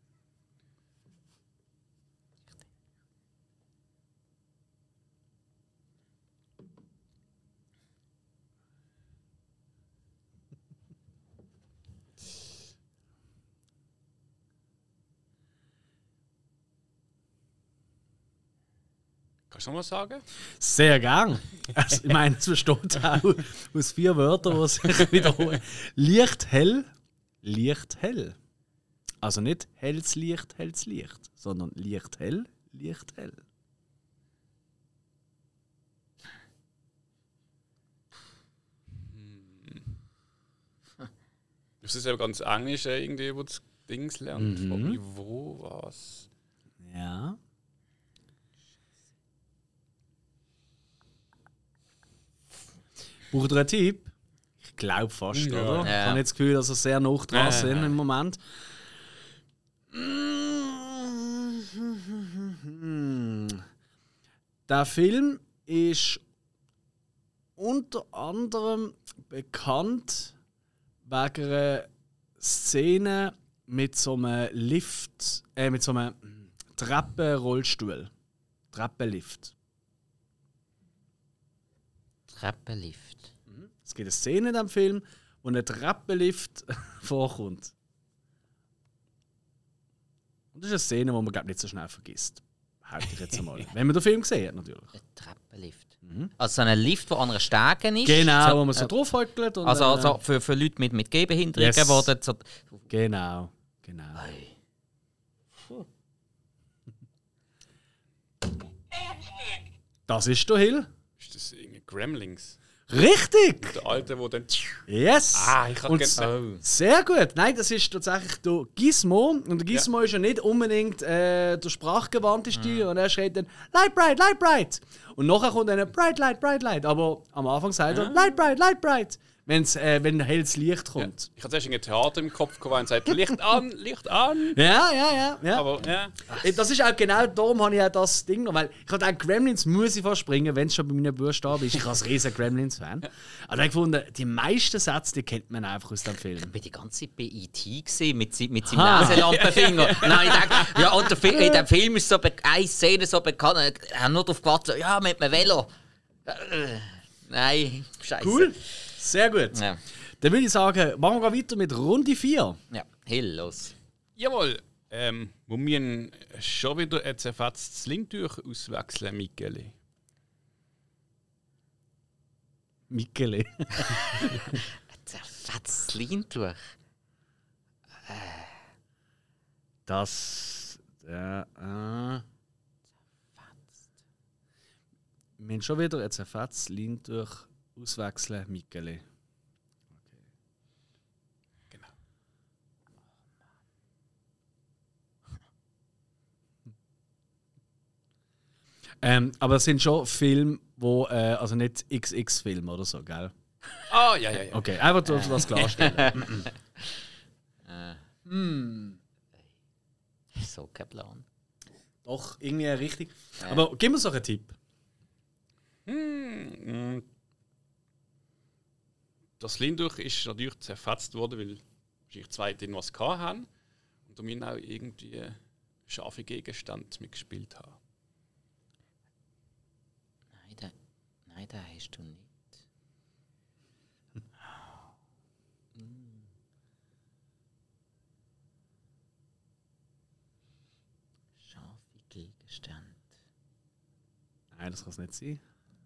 Kannst du noch mal sagen? Sehr gern. Also, ich meine, es besteht auch aus 4 Wörtern, die sich wiederholen. Licht hell, Licht hell. Also nicht helles Licht, sondern Licht hell, Licht hell. Das ist ja ganz Englisch irgendwie, wo das Dings lernt. Wo, was? Ja. Braucht ihr einen Tipp? Ich glaube fast, Ja. oder? Ich Ja. habe jetzt das Gefühl, dass wir sehr nah dran sind im Moment. Der Film ist unter anderem bekannt wegen einer Szene mit so einem Lift, mit so einem Treppenrollstuhl. Treppenlift. Treppenlift. Es gibt eine Szene in diesem Film, wo ein Treppenlift vorkommt. Und das ist eine Szene, die man glaub, nicht so schnell vergisst. Halte ich jetzt einmal. Wenn man den Film gesehen hat, natürlich. Ein Treppenlift. Also so ein Lift, der an einer Stege ist. Genau, so, wo man so draufhöckelt. und Also für Leute mit Gehbehinderungen, Yes. wo dort so... Genau. Das ist der Hill. Ist das irgendwie Gremlings? Richtig! Der Alte, der dann. Yes! Ich hab Und sehr gut. Nein, das ist tatsächlich der Gizmo. Und der Gizmo ist ja nicht unbedingt der sprachgewandteste. Und er schreit dann Light bright, light bright. Und nachher kommt dann Bright light, bright light. Aber am Anfang sagt er Light bright, light bright. Wenn helles Licht kommt. Ich hatte zuerst ein Theater im Kopf gehabt und sagt Licht an, Licht an. Ja. Aber ja. Das ist auch genau darum, habe ich auch das Ding noch. Weil ich hatte auch Gremlins muss ich fast springen, wenn es schon bei meinen Buchstaben ist. Ich bin ein riesen Gremlins-Fan. Aber ich habe gefunden, die meisten Sätze, die kennt man einfach aus dem Film. Ich war die ganze Zeit bei E.T. gesehen mit seinem Nasenlampenfinger. Nein, ich denke, ja, und in dem Film ist so eine Szene so bekannt. Ich habe nur darauf gewartet, ja, mit einem Velo. Nein, scheiße. Cool. Sehr gut. Ja, Dann würde ich sagen, machen wir weiter mit Runde 4. ja. Hill, los. Jawohl. Wo wir schon wieder ein zerfetztes Lindtuch auswechseln, Michele. Michele. Zerfetztes Leintuch. Das. Wir haben schon wieder ein zerfetztes Leintuch auswechseln, Michele. Genau. Aber es sind schon Filme, wo also nicht XX-Filme oder so, gell? Ja. Okay, einfach das klarstellen. So kein Plan. Doch, irgendwie richtig. Aber gib mir doch einen Tipp. Das Lindtuch ist natürlich zerfetzt worden, weil wahrscheinlich zwei drin was hatten und um ihn auch irgendwie scharfe Gegenstand mitgespielt haben. Nein, den hast du nicht. Scharfe Gegenstände. Nein, das kann es nicht sein.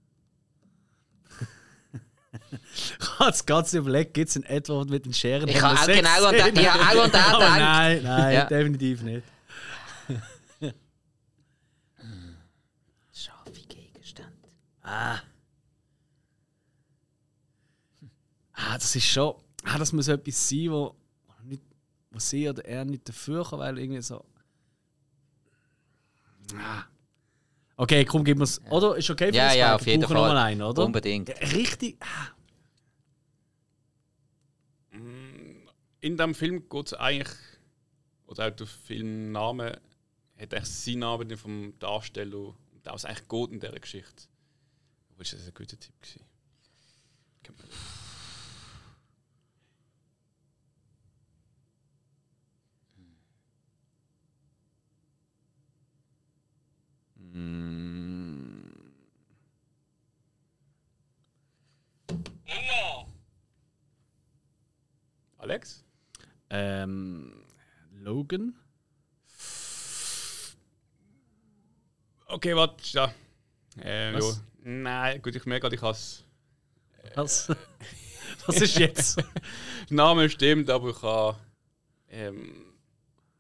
Ich habe jetzt ganz überlegt, gibt es in etwa mit den Scheren? Ich habe auch genau an den gedacht. Nein, Ja. definitiv nicht. Scharfe Gegenstände. Das ist schon. Das muss etwas sein, wo sie oder er nicht dafür kann, weil irgendwie so. Okay, komm, gib mir's. Oder? Ist okay für Ja, das ja, Spike? auf jeden Brauchen Fall. noch mal einen, oder? Unbedingt. Richtig. In diesem Film geht es eigentlich, oder auch der Filmname, hat eigentlich seinen Namen vom Darsteller, und da es eigentlich geht in dieser Geschichte. Aber ist das ein guter Tipp gewesen? Alex? Logan? Okay, warte, ja. Was? Ja. Nein, gut, ich merke gerade, ich habe es. Was ist jetzt? Der Name stimmt, aber ich habe.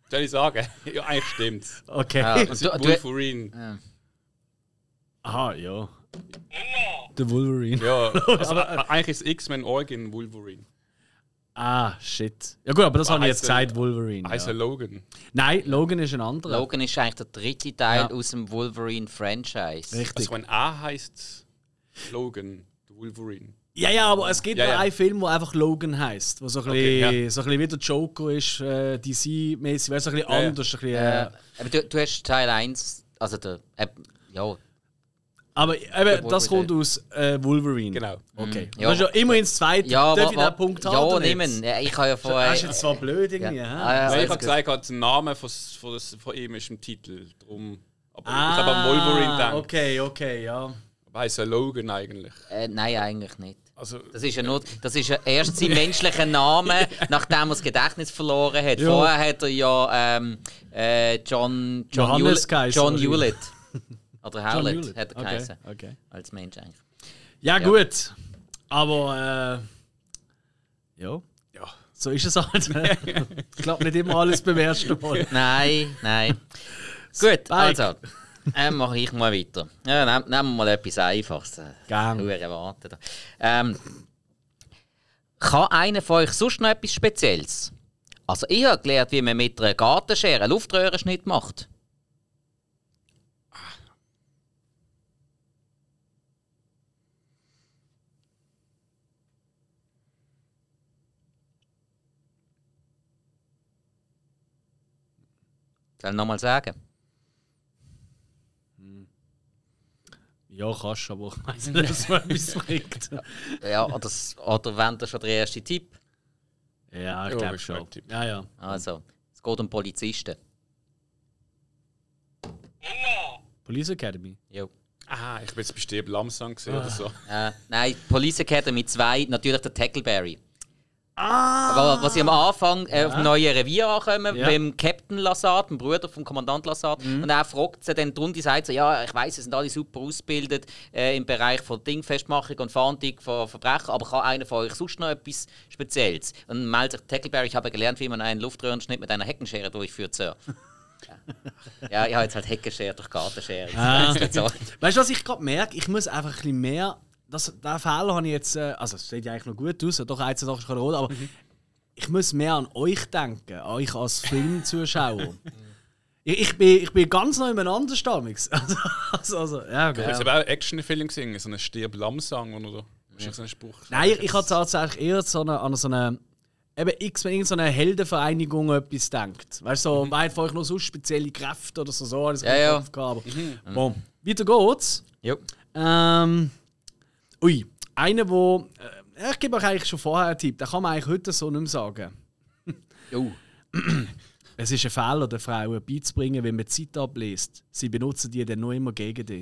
Soll ich sagen? Ja, eigentlich stimmt's. Okay. Ja, Das ist Wolverine. Aha, ja. Der Wolverine. Ja, also eigentlich ist X-Men Origin Wolverine. Ah, shit. Ja gut, aber das habe ich jetzt Heisst er- gesagt, Wolverine. Heißt Ja. er Logan? Nein, Logan ist ein anderer. Logan ist eigentlich der dritte Teil Ja. aus dem Wolverine-Franchise. Richtig. Also wenn A heißt Logan, der Wolverine. Ja, aber es gibt Ja, noch ja. einen Film, der einfach Logan heisst, der so ein bisschen, so ein bisschen wie der Joker ist, DC-mäßig, weil so ein bisschen Ja, ja. anders. Ein bisschen, Aber du hast Teil 1, also der. Ja, aber eben, das Wolverine. kommt aus Wolverine. Genau. Okay. Ja. Das ist ja immerhin das zweite. ja, Darf ich den Punkt haben? ja, oder nicht? nehmen. Ja, ich habe ja vorher. Das ist jetzt zwar blöd irgendwie, Ja. hä? Ah, ja, Also ich alles habe gut. gesagt, der Name von ihm ist im Titel. Drum. Aber ich habe an Wolverine gedacht. Okay, ja. Aber heißt er Logan eigentlich? Nein, eigentlich nicht. Also, Das ist ja erst sein menschlicher Name, nachdem er das Gedächtnis verloren hat. Ja. Vorher hat er ja John Johannes geheißen, John oder? Hewlett. Oder John Hewlett Hewlett. hat er Okay, geheißen. okay. Als Mensch eigentlich. Ja, Ja. gut. Aber, ja. ja. So ist es halt. Ich glaube nicht immer alles beim ersten Mal. Nein. Gut, Spike. also. Mache ich mal weiter. Ja, nehmen wir mal etwas Einfaches. Gern. Nur erwarten. Kann einer von euch sonst noch etwas Spezielles? Also ich habe gelernt, wie man mit einer Gartenschere einen Luftröhrenschnitt macht. Soll ich nochmal sagen? Ja, kannst du, aber ich weiß nicht, dass es etwas bringt. Ja, oder wenn das schon der erste Tipp? Ja, ich Ja, glaube ist schon. ein Tipp. Ja. Also, es geht um Polizisten. Police Academy. Jo. Ah, ich bin jetzt bestimmt Lamsang gesehen oder so. Nein, Police Academy 2, natürlich der Tackleberry. Aber was ich am Anfang auf dem neuen Revier ankommen, Ja. beim Captain Lassard, dem Bruder vom Kommandant Lassard, und er fragt sie dann drunter, sagt so, ja, ich weiss, sie sind alle super ausgebildet im Bereich von Dingfestmachung und Fahndung von Verbrechen, aber kann einer von euch sonst noch etwas Spezielles? Und dann meldet sich Tackleberry, ich habe gelernt, wie man einen Luftröhrenschnitt mit einer Heckenschere durchführt, Sir. Ja, ich habe jetzt halt Heckenschere durch Gartenschere. Das ist nicht so. Weißt du, was ich gerade merke? Ich muss einfach ein bisschen mehr. Diesen Fehler habe ich jetzt. Also, es sieht ja eigentlich noch gut aus, hat doch eine Sache schon rot, aber ich muss mehr an euch denken, an euch als Filmzuschauer. ich bin ganz neu umeinander stammig. Also, ja, Ich habe okay. aber auch einen Actionfilm gesehen, so einen Stirb Lamsang oder so einen Spruch. Nein, ich habe tatsächlich eher an so eine. Eben wenn so eine Heldenvereinigung etwas denkt. Weißt du, so, wer hat von euch noch so spezielle Kräfte oder so? Alles Ja. Kopf gehabt, aber bon. Weiter geht's. Jo. Einer, wo. Ich gebe euch eigentlich schon vorher einen Tipp, den kann man eigentlich heute so nicht mehr sagen. Jo. Es ist ein Fehler, den Frauen beizubringen, wenn man die Zeit abliest. Sie benutzen die dann nur immer gegen dich.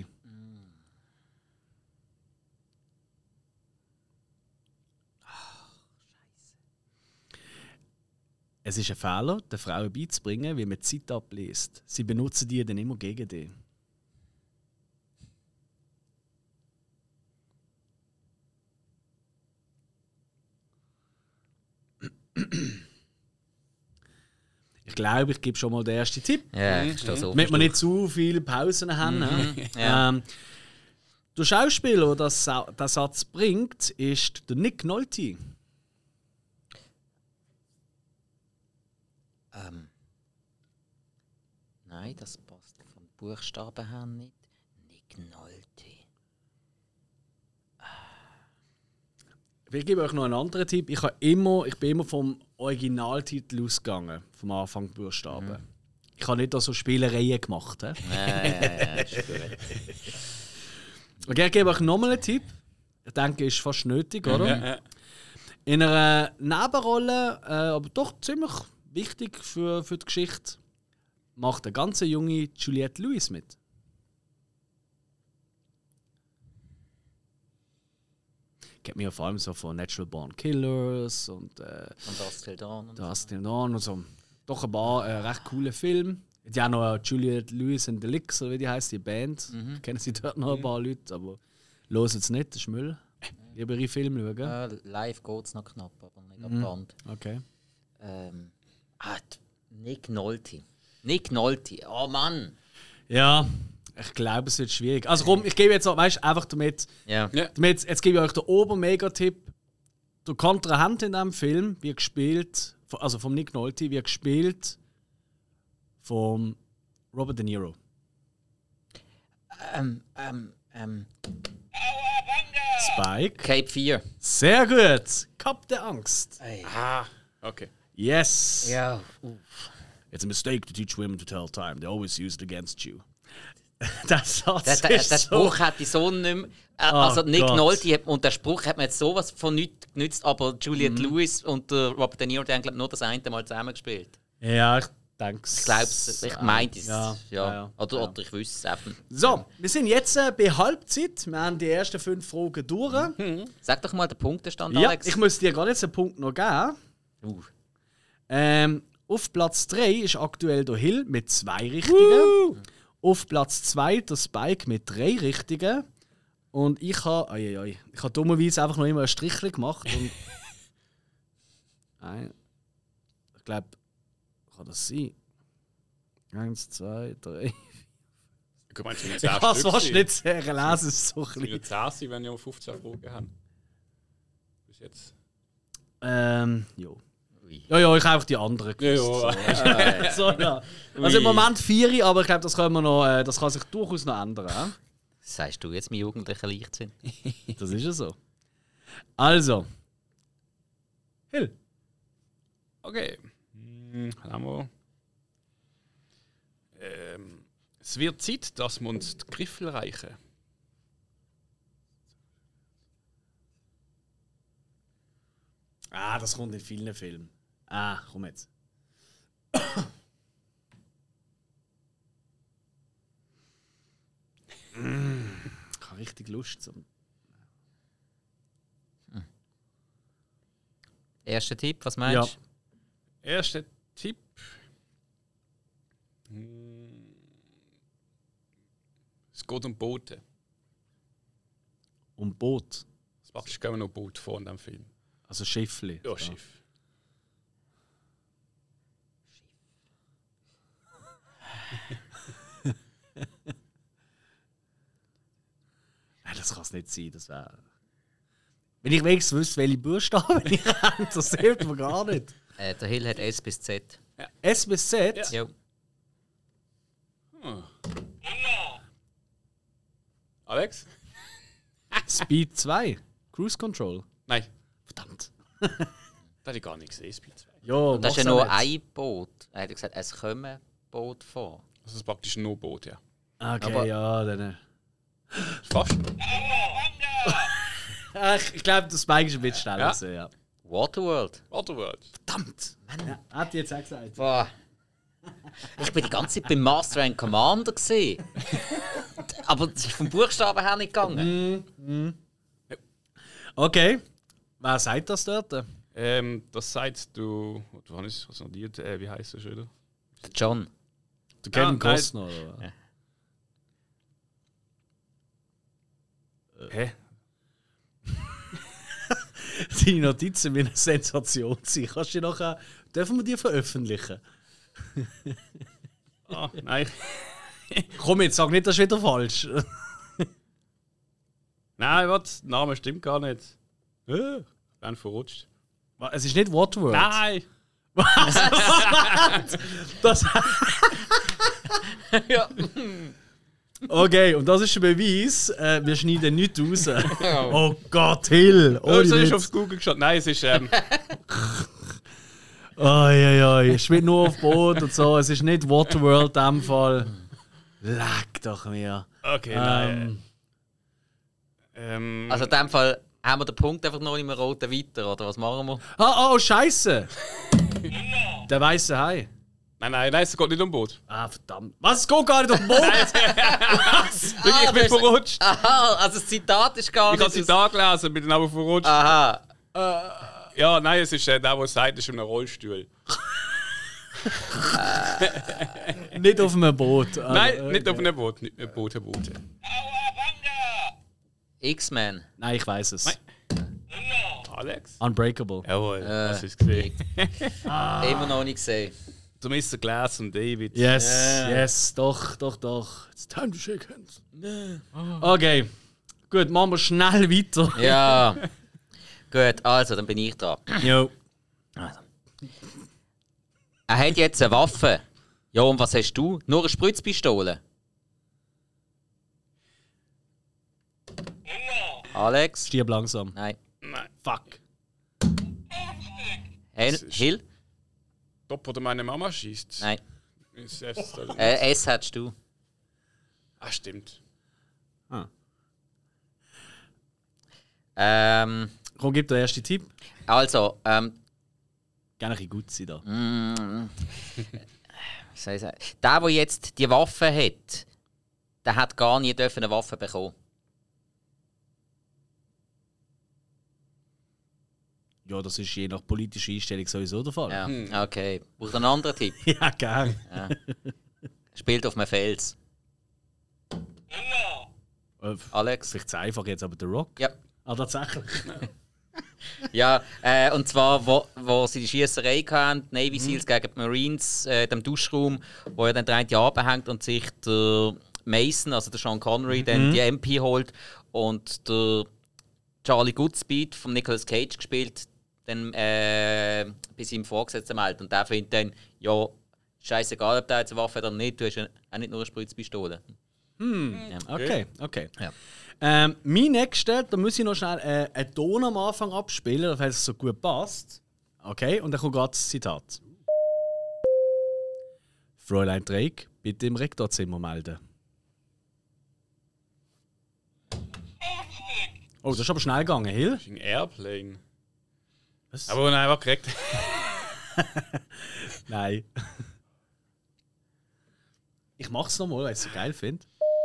Es ist ein Fehler, den Frauen beizubringen, wie man die Zeit abliest. Sie benutzen die dann immer gegen dich. Ich glaube, ich gebe schon mal den ersten Tipp. Ja, ist das so. Damit wir nicht zu viele Pausen haben. Ja. Der Schauspieler, der den Satz bringt, ist der Nick Nolte. Nein, das passt vom Buchstaben her nicht. Nick Nolte. Ich gebe euch noch einen anderen Tipp. Ich bin immer vom Originaltitel ausgegangen, vom Anfang Buchstaben. Ich habe nicht da so Spielereien gemacht. He? Ja, ist gut. Okay, ich gebe euch nochmal einen Tipp. Ich denke, ist fast nötig, oder? Ja. In einer Nebenrolle, aber doch ziemlich wichtig für die Geschichte, macht eine ganz junge Juliette Lewis mit. Kennt mich ja vor allem so von Natural Born Killers und Und das Till Dawn. Und das Till Dawn und so. Doch ein paar recht coole Filme. Die haben noch Juliette Lewis and the Licks, oder wie die heisst, die Band. Kennen sie dort noch ein paar Leute, aber los jetzt nicht, das ist Müll. Lieber in Film schauen. Live geht es noch knapp, aber nicht am Band. Okay. Nick Nolte. Oh Mann. Ja, ich glaube, es wird schwierig. Also komm, ich gebe jetzt auch, weißt du, einfach damit. Ja. Jetzt gebe ich euch den Ober-Mega-Tipp. Der Kontrahent in diesem Film wird gespielt, also vom Nick Nolte, wird gespielt von Robert De Niro. Spike. Cape 4. Sehr gut. Kap der Angst. Okay. Yes. Ja. It's a mistake to teach women to tell time. They always use it against you. Der Satz Der ist Spruch so... hat die so nicht mehr. Also Nick Gott. Nolte und der Spruch hat mir jetzt sowas von nichts genützt, aber Juliette Lewis und der Robert De Niro die haben glaub, nur das eine Mal zusammengespielt. Ja, ich denke es. Ich glaube ich meinte es. Ja. Oder ich wüsste es einfach. So, wir sind jetzt bei Halbzeit. Wir haben die ersten 5 Fragen durch. Sag doch mal den Punktestand, Ja, Alex. ich muss dir gar nicht einen Punkt noch geben. Auf Platz 3 ist aktuell der Hill mit 2 Richtigen. Auf Platz 2 der Spike mit 3 Richtigen. Und ich habe dummerweise einfach noch immer ein Strichchen gemacht. Und ich glaube, kann das sein? 1, 2, 3. Ich meine, Ich kann es fast nicht sehr lesen, es ist so klein. Es 10 sein, wenn wir 15 Fragen haben. Bis jetzt. Jo. Ja, ich habe einfach die anderen gewusst. Ja. So, ja. Also im Moment 4, aber ich glaube, das können wir noch, das kann sich durchaus noch ändern. Das sagst du jetzt, mein jugendlicher Leichtsinn. Das ist ja so. Also. Hill. Okay. Haben wir. Es wird Zeit, dass wir uns die Griffel reichen. Das kommt in vielen Filmen. Komm jetzt. Ich habe richtig Lust zum. Erster Tipp, was meinst du? Erster Tipp. Es geht um Boote. Um Boot. Es praktisch gehen wir noch Boot vor in diesem Film. Also Schiffli. Ja, Schiff. Nein, das kann es nicht sein. Das wäre. Wenn ich wenigstens wüsste, welche Buchstaben ich habe, das hilft mir gar nicht. Der Hill hat S bis Z. S bis Z? Ja. Ja. Alex? Speed 2. Cruise Control. Nein, Verdammt. das habe ich gar nicht gesehen. Speed 2. Ja, Und das ist ja mach's auch nur nicht. ein Boot. Er hat gesagt, es kommen Boot vor. Das ist praktisch nur Boot, ja. Okay, Aber- ja, dann. Fast. Ich glaube, das Spike ist ein bisschen schneller. Ja. gewesen, Ja. Waterworld. Waterworld. Verdammt! Ja, hat die jetzt auch gesagt. Boah. Ich bin die ganze Zeit beim Master and Commander gesehen. Aber es ist vom Buchstaben her nicht gegangen. Okay. Wer sagt das dort? Das sagt du habe ich was notiert, wie heißt das schon wieder? John. Der Kevin nein. Costner, oder? was? Ja. Hä? Deine Notizen wie eine Sensation sein. Kannst du die nachher, dürfen wir die veröffentlichen? Nein. Komm jetzt, sag nicht, das ist wieder falsch. Nein, warte, der Name stimmt gar nicht. Ich bin verrutscht. Es ist nicht Waterworld. Nein! Das Ja. okay, und das ist ein Beweis, wir schneiden nichts raus. Oh Gott, Hill! Oh, Ohne das ist Witz. aufs Google geschaut. Nein, es ist. Oi, ich spiele nur auf Boot und so. Es ist nicht Waterworld in dem Fall. Leck doch mir. Okay, nein. Also in dem Fall haben wir den Punkt einfach noch im roten weiter, oder was machen wir? Oh, Scheiße! Der weiße Hai. Nein, es geht nicht um Boot. Verdammt. Was? Es geht gar nicht auf den Boot! Ich bin verrutscht. Aha, also das Zitat ist gar Ich habe nicht... sie da gelesen, bin dann aber verrutscht. Aha. Ja, nein, es ist der, der sagt, ist in einem Rollstuhl. Nicht auf einem Boot. Nein, nicht auf einem Boot. Nicht ein Boot. X-Men. Nein, ich weiß es. Nein. Alex? Unbreakable. Jawohl, hast du es gesehen. Immer noch nicht gesehen. Du Mr. Glass und David. Yes, doch. It's time to shake hands. Okay, gut, machen wir schnell weiter. Ja. Gut, also, dann bin ich dran. Jo. Also. Er hat jetzt eine Waffe. Ja, und was hast du? Nur eine Spritzpistole. Alex? Stirb langsam. Nein. Nein. Fuck. Hill? Top, oder meine Mama schießt. Nein. S hättest du. Ah, stimmt. Komm, gib den ersten Tipp. Also, Gerne ein bisschen gut sein da. was soll ich sagen? Der jetzt die Waffe hat, der hat gar nie eine Waffe bekommen. Ja, das ist je nach politischer Einstellung sowieso der Fall. Ja, okay. Braucht einen anderen Tipp? Ja, gern. Ja. Spielt auf einem Fels. Alex? Vielleicht zu einfach jetzt, aber The Rock? Ja. Ah, tatsächlich. Ja, und zwar, wo sie die Schiesserei hatten, die Navy Seals gegen die Marines, dem Duschraum, wo er dann der eine abhängt und sich der Mason, also der Sean Connery, dann die MP holt und der Charlie Goodspeed von Nicolas Cage gespielt, dann bei seinem Vorgesetzten meldet. Und der findet dann, ja, scheißegal, ob der jetzt eine Waffe hat oder nicht, du hast ja auch nicht nur eine Spritzpistole. Ja. Okay. Ja. Mein nächster, da muss ich noch schnell einen Ton am Anfang abspielen, falls es so gut passt. Okay, und dann kommt gerade das Zitat. Fräulein Drake, bitte im Rektorzimmer melden. Oh, das ist aber schnell gegangen, Hill. Das ist ein Airplane. Was? Aber nein, war korrekt. Nein. Ich mach's nochmal, weil ich es so geil finde.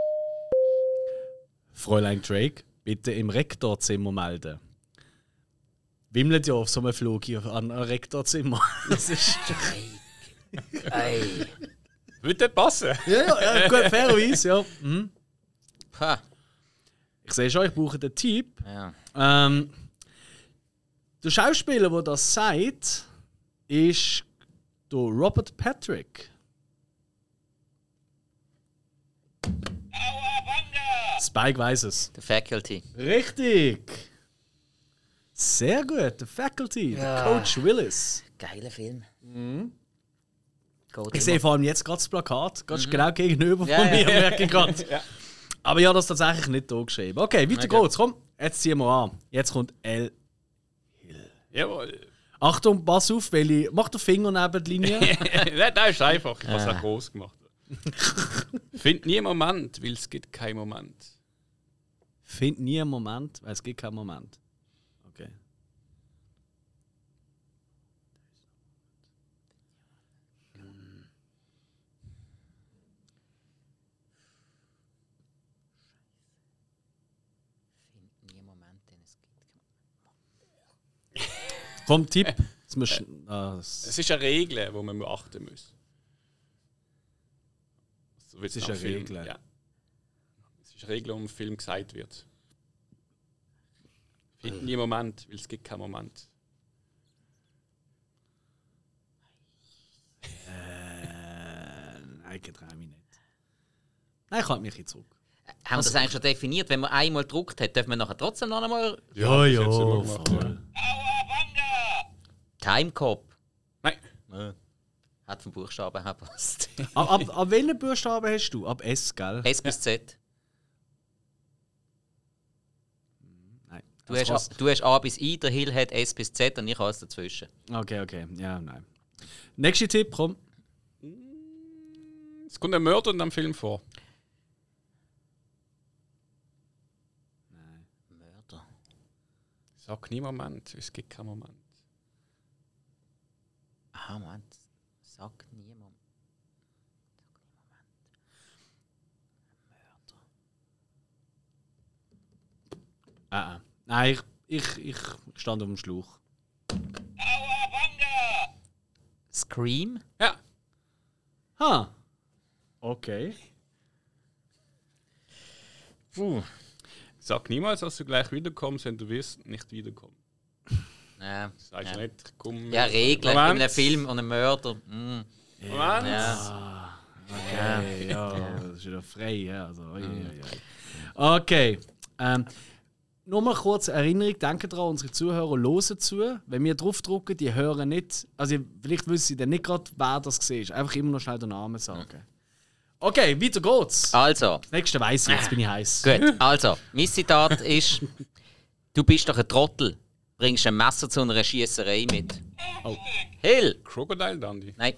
Fräulein Drake, bitte im Rektorzimmer melden. Wimmelt ja auf so einem Flug hier an einem Rektorzimmer. Das ist. Ey. Würde passen. ja, gut, fairerweise, ja. Mhm. Ha. Ich sehe schon, ich brauche den Tipp. Ja. Der Schauspieler, der das sagt, ist der Robert Patrick. Spike weiss es. The Faculty. Richtig! Sehr gut, The Faculty, der Coach Willis. Geiler Film. Ich sehe vor allem jetzt gerade das Plakat, ganz genau gegenüber von mir, merke ich gerade. Ja. Aber ja, das tatsächlich nicht da geschrieben. Okay, weiter geht's. Komm, jetzt ziehen wir an. Jetzt kommt L. Jawohl. Achtung, pass auf, mach den Finger neben die Linie. Nein, das ist einfach. Ich habe es auch groß gemacht. Find nie einen Moment, weil es gibt keinen Moment. Find nie einen Moment, weil es gibt keinen Moment. Okay. Komm, Tipp. Es ist eine Regel, die man beachten muss. So Es ist eine Regel. Ja. Es ist eine Regel, die im Film gesagt wird. Find nie einen Moment, weil es gibt keinen Moment. Nein, ich traue mich nicht. Nein, ich halte mich jetzt zurück. Haben wir das eigentlich schon definiert? Wenn man einmal gedruckt hat, dürfen wir nachher trotzdem noch einmal. Ja, das hat's immer gemacht, voll. Timecop. Nein. Hat vom Buchstaben her passt. Ab welchen Buchstaben hast du? Ab S, gell? S bis Z. Nein. Du hast A bis I, der Hill hat S bis Z und ich alles dazwischen. Okay. Ja, nein. Nächster Tipp, komm. Es kommt ein Mörder in dem Film vor. Mörder. Sag nie Moment, es gibt keinen Moment. Ah, Moment. Sag niemand. Mörder. Nein, ich stand auf dem Schlauch. Scream? Ja. Ha. Okay. Sag niemals, dass du gleich wiederkommst, wenn du wirst nicht wiederkommen. Ja. Sagst du nicht, komm. Ja, Regeln in Moment. einem Film und einem Mörder. Moment! Ja. Okay, ja, das ist wieder frei. Ja, also, okay. Nur mal kurz Erinnerung, denkt daran, unsere Zuhörer hören zu. Wenn wir draufdrücken, die hören nicht. Also, vielleicht wissen sie dann nicht gerade, wer das war. Einfach immer noch schnell den Namen sagen. Okay, weiter geht's. Also. Das nächste weiss ich, jetzt bin ich heiß. Gut, also, mein Zitat ist: Du bist doch ein Trottel. Bringst ein Messer zu einer Schiesserei mit. Oh. Hill! Crocodile Dundee. Nein,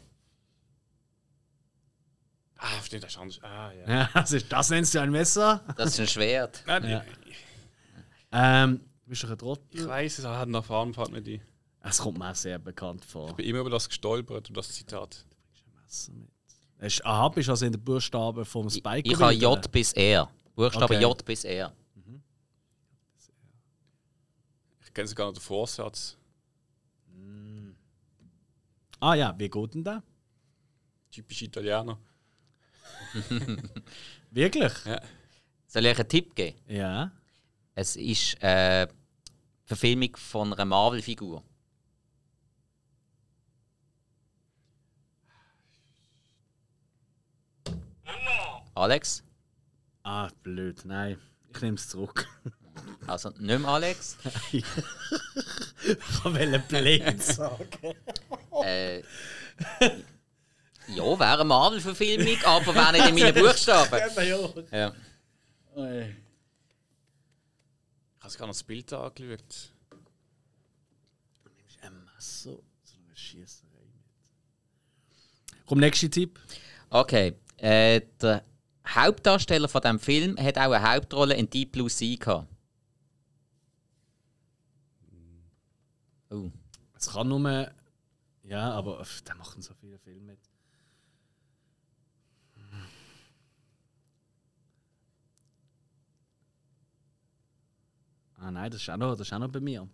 Stimmt, das ist anders. Ja, das nennst du ein Messer? das ist ein Schwert. Nein, Bist du ein ich Trottel? weiss es, er hat noch Erfahrung mit dir. Es kommt mir auch sehr bekannt vor. Ich bin immer über das gestolpert, über das Zitat. Messer mit. Aha, bist du also in den Buchstaben vom Spike? Ich habe J bis R. Buchstabe Okay. J bis R. Ich kenne sogar noch den Vorsatz. Ah ja, wie geht denn der? Typisch Italiener. Wirklich? Ja. Soll ich euch einen Tipp geben? Ja. Es ist Verfilmung von einer Marvel-Figur. Alex? Ah, blöd, nein. Ich nehme es zurück. Also nicht mehr Alex. Ich wollte blöd sagen. Ja, wäre eine Marvel-Verfilmung, aber wäre nicht in meinen Buchstaben. Ja. Ich habe sogar noch das Bild angeschaut. Du nimmst ein Messer zu einer Schiesserei mit. Komm, nächster Tipp. Okay, der Hauptdarsteller von diesem Film hat auch eine Hauptrolle in Deep Blue Sea gehabt. Oh. Es kann nur. Ja, aber da machen so viele Filme mit. Ah nein, das ist auch noch bei mir.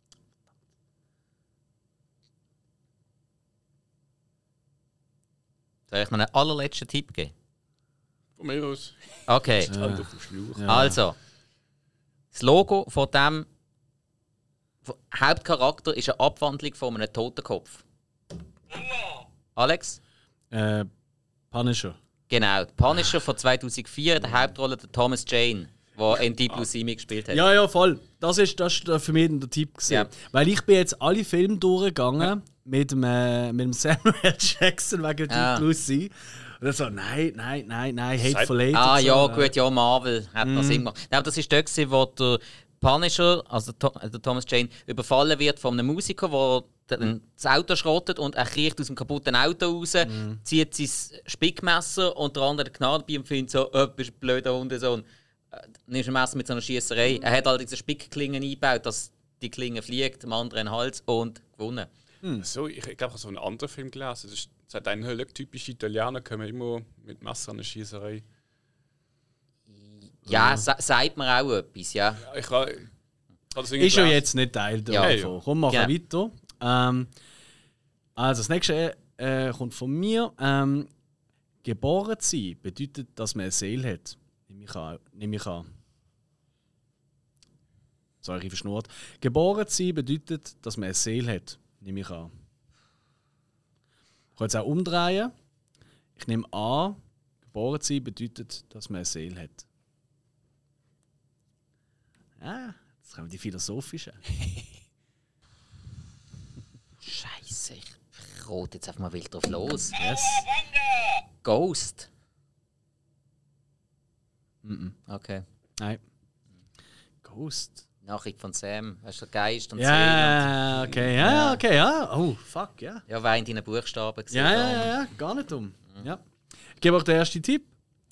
Soll ich noch einen allerletzten Tipp geben? Von mir aus. Okay, Hand auf dem Schlauch. Ja. also. Das Logo von dem Hauptcharakter ist eine Abwandlung von einem Totenkopf. Alex? Punisher. Genau, Punisher von 2004, in der Hauptrolle der Thomas Jane, der in Deep Blue Sea gespielt hat. Ja, voll. Das ist für mich der Tipp gewesen. Ja. Weil ich bin jetzt alle Filme durchgegangen mit dem Samuel Jackson wegen Deep Blue Sea. Und dann so, nein, Hateful Eight. Ah und so. ja, gut, ja, Marvel hat noch Sinn gemacht. Nein, aber das war dort, gewesen, wo der Punisher, also der Thomas Jane, überfallen wird von einem Musiker, der das Auto schrottet und er kriecht aus dem kaputten Auto raus, zieht sein Spickmesser und der andere Gnade bei ihm findet so, bist ein blöder Hundesohn. Nimmst ein Messer mit so einer Schiesserei. Er hat allerdings eine Spickklingen eingebaut, dass die Klinge fliegt, dem anderen in den Hals und gewonnen. So, ich glaube, ich habe so einen anderen Film gelesen. Das sagt ein typische Italiener kommen immer mit Messer an eine Schießerei. Ja, sagt mir auch etwas, ja. Ja, ich habe das Ist ja gelesen. jetzt nicht Teil davon. Ja, ja. Komm, machen wir Ja. weiter. Also, das nächste kommt von mir. Geboren zu sein bedeutet, dass man eine Seele hat. Nehme ich an. Sorry, ich verschnurrt. Geboren zu sein bedeutet, dass man eine Seele hat. Nehme ich an. Ich kann jetzt auch umdrehen. Ich nehme an, geboren zu sein bedeutet, dass man eine Seele hat. Ja, jetzt kommen die philosophischen. Scheiße, ich rote jetzt einfach mal wild drauf los. Yes. Ghost. Mhm. Okay. Nein. Ghost. Nachricht von Sam. Hast du Geist und Ja, okay, ja, okay, ja. Oh, fuck, ja. Seele? Ja, wer in deinen Buchstaben gesehen. Ja, gar nicht dumm. Ja. Ich gebe euch den ersten Tipp.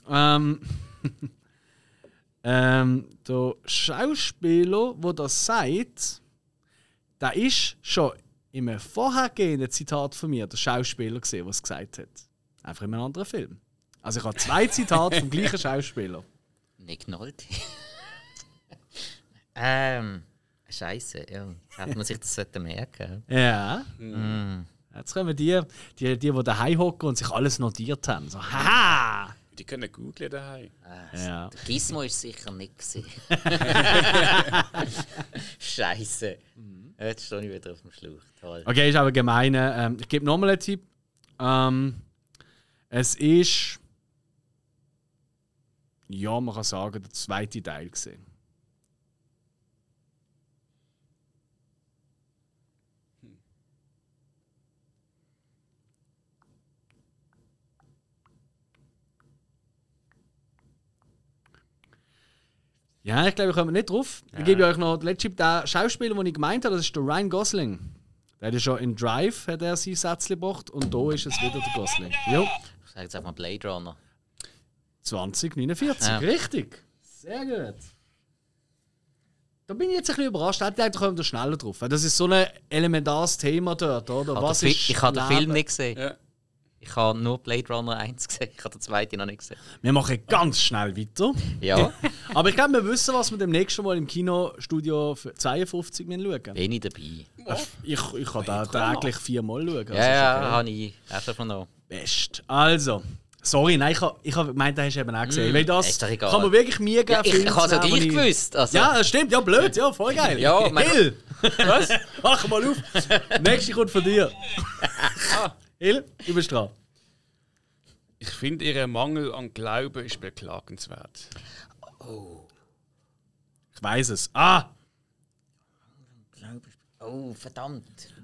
Der Schauspieler, der das sagt, der ist schon in einem vorhergehenden Zitat von mir der Schauspieler gesehen, der es gesagt hat. Einfach in einem anderen Film. Also ich habe 2 Zitate vom gleichen Schauspieler. Nick Nolte. Scheiße, ja. Hätte man sich das merken. Ja. Jetzt kommen die daheim hocken und sich alles notiert haben. So, haha! Die können googeln daheim. Ja. Der Gizmo ist sicher nicht gewesen. Scheiße. Jetzt stehe ich wieder auf dem Schlauch. Toll. Okay, ist aber gemein. Ich gebe nochmal einen Tipp. Es ist. Ja, man kann sagen, der zweite Teil gesehen. Ja, ich glaube, ich komme nicht drauf. Ich gebe euch noch den letzten den Schauspieler, den ich gemeint habe, das ist der Ryan Gosling. Der hat ja schon in Drive hat er sein Sätzchen gebracht und da ist es wieder der Gosling. Jo. Ich sage jetzt einfach mal Blade Runner. 2049, Ja. richtig. Sehr gut. Da bin ich jetzt ein bisschen überrascht. Ich dachte, da kommen wir schneller drauf. Das ist so ein elementares Thema dort, oder? Was ist Ich habe den Leben? Film nicht gesehen. Ja. Ich habe nur Blade Runner 1 gesehen. Ich habe den zweiten noch nicht gesehen. Wir machen ganz schnell weiter. Ja, Aber ich glaube, wir wissen, was wir demnächst Mal im Kinostudio 52 schauen müssen. bin ich dabei. Ich kann da täglich 4-mal schauen. Also Ja, ist ja, okay. habe ich auch schon vernommen. Best. Also, sorry, nein, ich hab gemeint, das hast du eben auch gesehen. Weil das ist doch egal. kann man wirklich mir geben. Ja, ich habe es ja gleich gewusst. Also, Ja, das stimmt, ja, blöd, ja, voll geil. Ja, mein- Hill! Was? Mach mal auf. Nächste kommt von dir. Hill, du bist dran. Ich finde, ihr Mangel an Glauben ist beklagenswert. Ich weiß es. Ah! Oh, verdammt.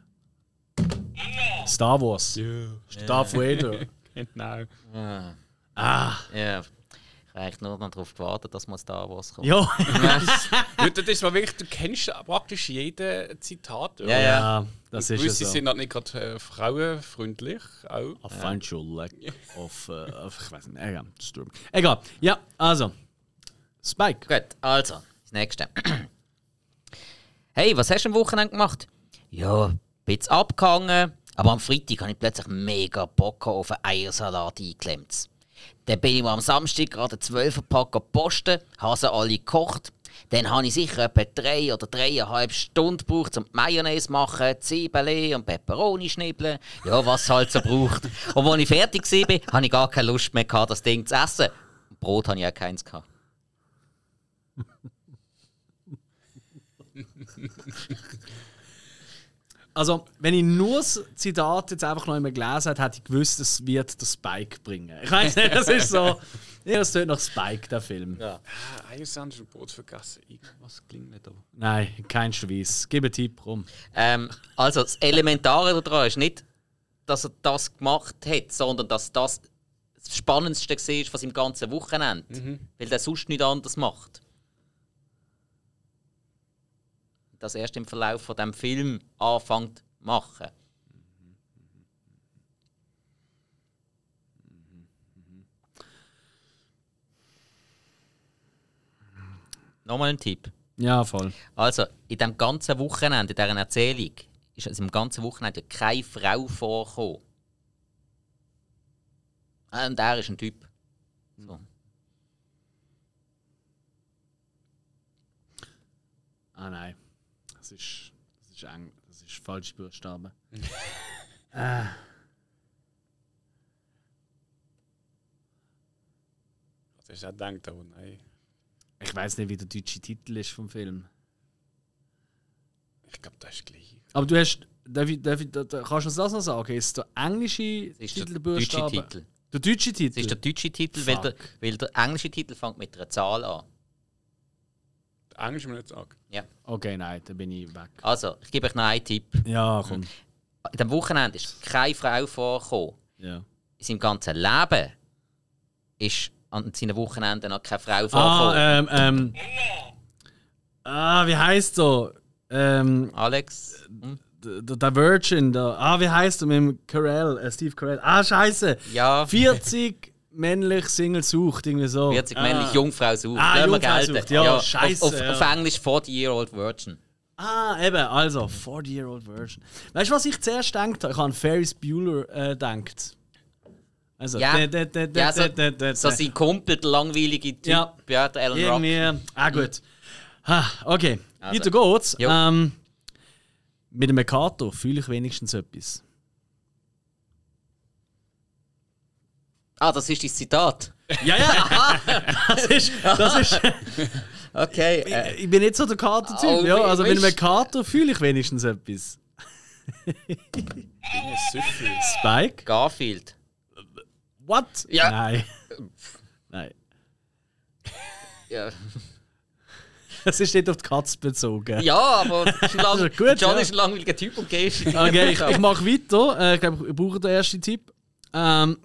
Star Wars. Darth Vader. Genau. Ah! Ja, ich habe eigentlich nur noch darauf gewartet, dass man Star Wars kommt. Ja. Das ist mal wirklich, du kennst praktisch jeden Zitat. Oder? Ja, ja. Ja, das ist Gewisse ja so. sind halt nicht gerade frauenfreundlich. Auch. A financial lack of, ich weiß nicht, egal. Egal. Ja, also. Spike. Gut, also, das nächste. Hey, was hast du am Wochenende gemacht? Ja, ein bisschen abgehangen, aber am Freitag habe ich plötzlich mega Bock auf einen Eiersalat eingeklemmt. Dann bin ich am Samstag gerade 12 Pack posten, habe sie alle gekocht. Dann habe ich sicher etwa 3 oder 3,5 Stunden gebraucht, um die Mayonnaise zu machen, Zwiebeln und Peperoni schnibbeln. Ja, was es halt so braucht. Und als ich fertig war, hatte ich gar keine Lust mehr, das Ding zu essen. Brot hatte ich auch keins. Also, wenn ich nur das Zitat jetzt einfach noch einmal gelesen hätte, hätte ich gewusst, es wird der Spike bringen. Ich weiß nicht, das ist so. Ja, es tut nach Spike, der Film. Ja. Eiersand und Brot vergessen. Irgendwas klingt nicht aber. Nein, kein Schweiß. Gib einen Tipp rum. Also das Elementare daran ist nicht, dass er das gemacht hat, sondern dass das Spannendste war von seinem ganzen Wochenende. Weil er sonst nichts anderes macht. Das erst im Verlauf von dem Film anfängt zu machen. Nochmal ein Tipp. Ja, voll. Also, in diesem ganzen Wochenende, in dieser Erzählung, ist es im ganzen Wochenende keine Frau vorgekommen. Und er ist ein Typ. So. Ah, nein. Das ist eng. Das ist falsche Buchstaben. Was hast du auch gedacht? Aber nein. Ich weiß nicht, wie der deutsche Titel ist vom Film. Ich glaube, das ist gleich. Aber du hast. Kannst du uns das noch sagen? Ist der englische Das ist Titel der der deutsche Buchstaben? Titel. Der deutsche Titel? Das ist der deutsche Titel, weil der englische Titel fängt mit einer Zahl an. Der Englisch muss man nicht sagen. Ja. Okay, nein, da bin ich weg. Also, ich gebe euch noch einen Tipp. Ja, komm. In diesem Wochenende ist keine Frau vorgekommen. Ja. In seinem ganzen Leben ist an seinen Wochenenden noch keine Frau vorgekommen. Wie heißt er? Alex? Hm? Der Virgin, wie heißt er mit dem Carell, Steve Carell? Scheiße! Ja. 40 männlich Single sucht, irgendwie so. 40 männlich Jungfrau sucht. Ah, Lassen wir Jungfrau gelten. sucht, ja, scheisse, Auf ja. Englisch 40-year-old virgin. Eben, also, 40-year-old Virgin. Weißt du, was ich zuerst gedacht habe? Ich habe an Ferris Bueller gedacht. Also, Ja, so sein Kumpel, der langweilige Typ, Ja. der Alan Rock. irgendwie. Gut. Okay, Also. weiter geht's. Jo. Mit einem Kato fühle ich wenigstens etwas. Das ist dein Zitat. Ja. Das ist. Okay. Ich bin nicht so der Kater-Typ. Oh, Ja, also mit weißt- einem Kater fühle ich wenigstens etwas. Süffel. Spike? Garfield. What? Ja. Nein. Nein. Ja. Es ist nicht auf die Katze bezogen. Ja, aber Also gut, John ja. ist ein langweiliger Typ und gehst. Okay, ich mache weiter. Ich glaube, ich brauche den ersten Tipp. Der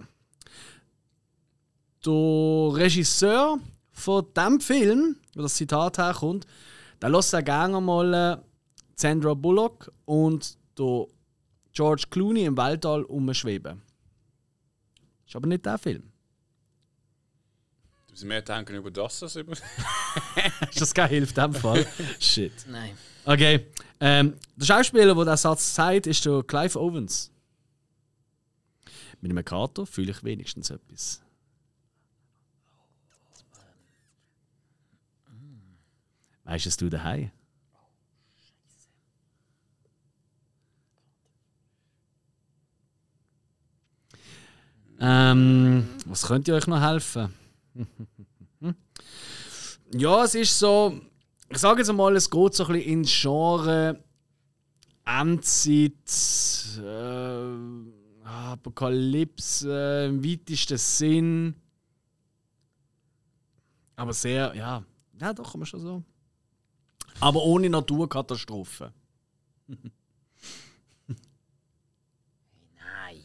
Regisseur von diesem Film, wo das Zitat herkommt, der lässt auch gerne mal Sandra Bullock und der George Clooney im Weltall umschweben. Ist aber nicht der Film. Du musst mehr denken über das als über. Ist das keine Hilfe in diesem Fall? Shit. Nein. Okay. Der Schauspieler, der diesen Satz sagt, ist der Clive Owens. Mit einem Kater fühle ich wenigstens etwas. Weißt du es du daheim? Was könnte euch noch helfen? Ja, es ist so. Ich sage jetzt mal, es geht so ein bisschen ins Genre Endzeit, Apokalypse im weitesten Sinn. Aber sehr, ja doch, kann man schon so. Aber ohne Naturkatastrophen. Nein.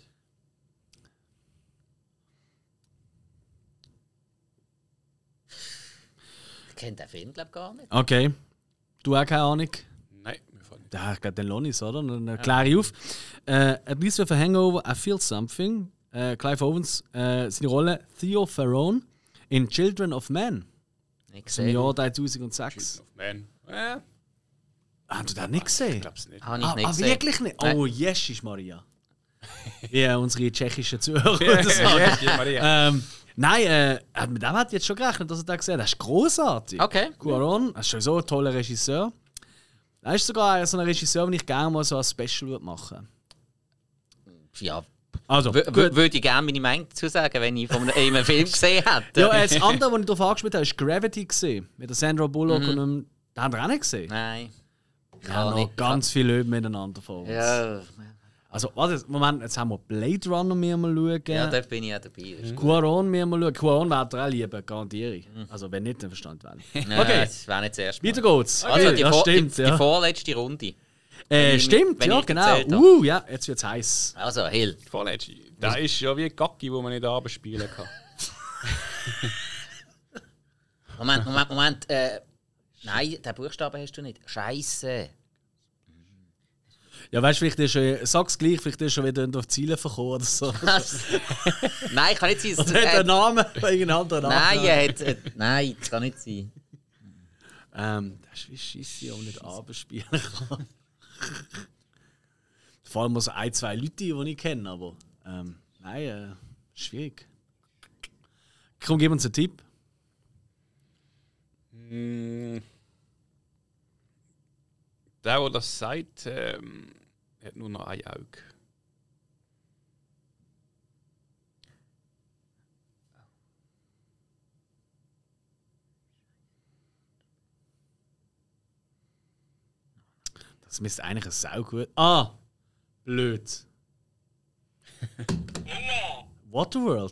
Ich kenne den Film, glaube ich, gar nicht. Okay. Du auch keine Ahnung? Nein, mir fällt nicht. Ich glaube, den Lonis, oder? Dann erkläre ich auf. At least with a hangover, I feel something. Clive Owens, seine Rolle Theo Ferrone in Children of Men Nicht aus dem gesehen. Jahr 2006. Of Man. Hast du das nicht gesehen? Ich glaube es nicht. Habe ich nicht gesehen. Wirklich nicht? Nein. Oh, Jesus Maria. Ja, unsere tschechischen Zuhörer das sagen. Nein, mit dem hat jetzt schon gerechnet, dass er das gesehen hat. Das ist großartig. Okay. Cuarón, das ist schon so ein toller Regisseur. Er ist sogar so ein Regisseur, den ich gerne mal so als Special machen würde. Ja. Also, Würde ich gerne meine Meinung dazu sagen, wenn ich von einem Film gesehen hätte. Ja, das andere, was ich darauf angespielt habe, ist Gravity gesehen. Mit der Sandra Bullock und dem. Den habt ihr auch nicht gesehen? Nein. Ja, noch ganz viele Leute miteinander vor uns. Ja. Also, warte, Moment, jetzt haben wir Blade Runner mir mal schauen. Ja, da bin ich ja dabei. Das ist gut. Cuarón mir mal schauen. Cuarón werdet ihr auch lieben, garantiere ich. Also, wenn nicht, dann verstand ich Nein, Okay, das wäre nicht das erste Mal. weiter geht's. Also die, das stimmt, die ja. vorletzte Runde. Stimmt, wenn ja, ich genau. gezählt habe. Ja, jetzt wird's heiß. Also, Hill. Vorletzte. Das ist ja wie ein Gacki, wo man nicht abspielen kann. Moment. Nein, den Buchstaben hast du nicht. Scheiße. Ja, weißt du, vielleicht ist schon, sag's gleich, vielleicht ist schon wieder auf Ziele verkommen oder so. Nein, kann nicht sein. Oder hat er einen Namen, irgendeinen anderen Namen? Nein, nein, das kann nicht sein. Das ist wie Scheisse, auch nicht abspielen kann. Vor allem so ein, zwei Leute, die ich kenne, aber nein, schwierig. Komm, gib uns einen Tipp. Der das sagt, hat nur noch ein Auge. Das müsste eigentlich ein saugut. Ah! Blöd. Waterworld.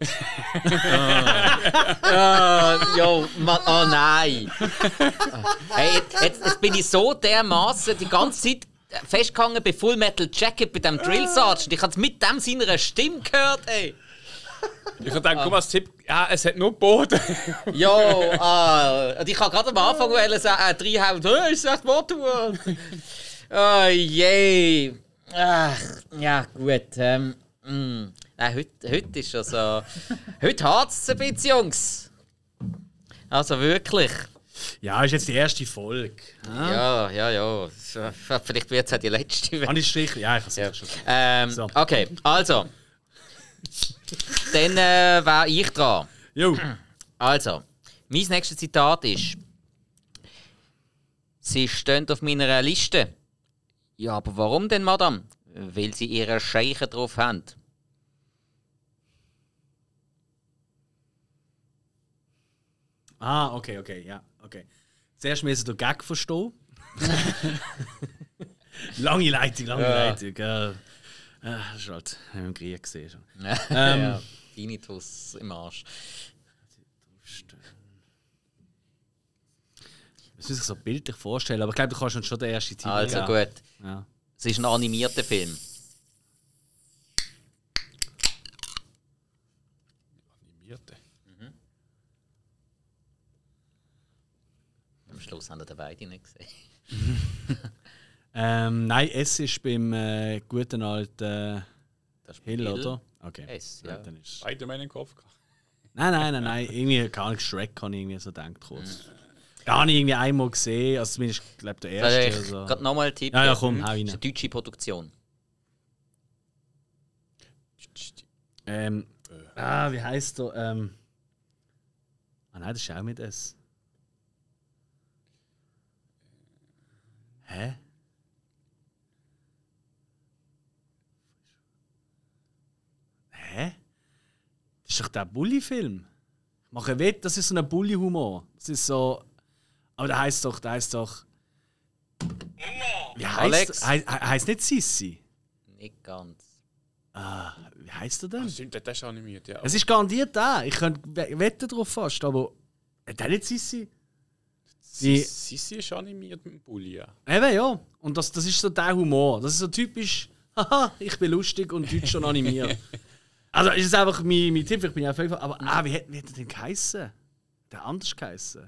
Jo, Mann, oh nein. Hey, jetzt bin ich so dermaßen die ganze Zeit festgehangen bei Full Metal Jacket, bei dem Drill Sergeant. Ich habe es mit dem seiner Stimme gehört, ey. Ich habe gedacht, komm als Tipp, ja, es hat nur Boden. Jo, und ich habe gerade am Anfang reinhauen, ist das Waterworld? Oh je. Ach, ja, gut. Nein, heute ist schon so. Heute hat es ein bisschen, Jungs. Also wirklich. Ja, ist jetzt die erste Folge. Ja. Vielleicht wird es auch die letzte. An die Strich. Ja, ich habe es schon. So. Okay, also. Dann wäre ich dran. Jo. Also, mein nächstes Zitat ist: Sie stehen auf meiner Liste. Ja, aber warum denn, Madame? Weil sie ihre Scheiche drauf haben. Ah, okay, ja, okay. Zuerst müssen wir den Gag verstehen. Lange Leitung. Das ist halt, haben wir im Krieg gesehen schon. Ja. Tinnitus im Arsch. Das muss ich so bildlich vorstellen, aber ich glaube, du kannst uns schon den ersten Titel Also geben. gut. Ja. Es ist ein animierter Film. Animierte. Am Schluss haben wir den beide nicht gesehen. Nein, es ist beim guten alten Das ist Hill, oder? Okay. S, ja. Dann ist Spider-Man im Kopf gehabt. Nein. Irgendwie gar nicht Shrek, kann ich irgendwie so denken kurz. Gar nicht irgendwie einmal gesehen, also zumindest, glaube der Soll erste. ich Also. gerade nochmal einen Tipp Ja, geben? komm, hau Das rein. ist eine deutsche Produktion. Wie heißt der? Nein, das ist auch mit S. Hä? Das ist doch der Bully-Film. Ich mache Wett, das ist so ein Bully-Humor. Das ist so. Aber der heißt doch. Wie Alex? heißt nicht Sissi? Nicht ganz. Wie heißt er denn? Stimmt, der ist animiert, ja. Es ist garantiert der. Ich könnte wetten drauf fast, aber. Der nicht Sissi? Sissi ist animiert mit dem Bulli, ja. Eben ja. Und das ist so der Humor. Das ist so typisch, haha, ich bin lustig und deutsch schon animiert. Also ist es einfach mein Tipp, ich bin ja völlig. Aber wie hat er denn geheissen? Der anders geheissen?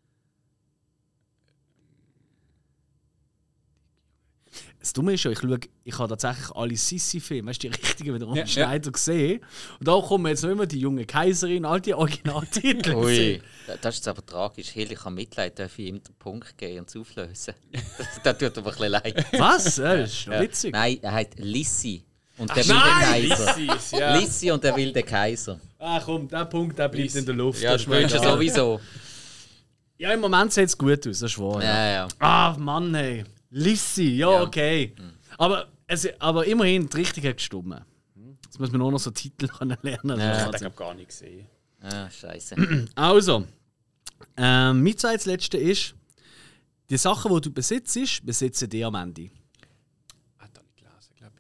Das Dumme ist ja, ich habe tatsächlich alle Sissi-Filme, weißt du, die richtigen mit Ron Schneider gesehen. Und da kommen jetzt noch immer die junge Kaiserin, all die Originaltitel. Ui, das ist jetzt aber tragisch. Hill, ich habe Mitleid, darf ich ihm den Punkt geben und es auflösen. Das tut aber ein bisschen leid. Was? Das ist doch witzig. Nein, er heißt Lissi. Und der nein! wilde Kaiser. Lissi, ja. Lissi und der wilde Kaiser. Komm, der Punkt der bleibt in der Luft. Ja, das das ist mir wünsche egal. sowieso. Ja, im Moment sieht es gut aus, das ist wahr. Ja. Mann, hey. Lissi, ja, okay. Aber immerhin, die Richtige hat gestimmt. Jetzt müssen wir nur noch so Titel lernen. Ja. Ich habe gar nicht gesehen. Ah, scheiße. Also, mein zweites Letzte ist, die Sachen, die du besitzt, besitzen die am Ende. Hat er nicht gelesen, glaube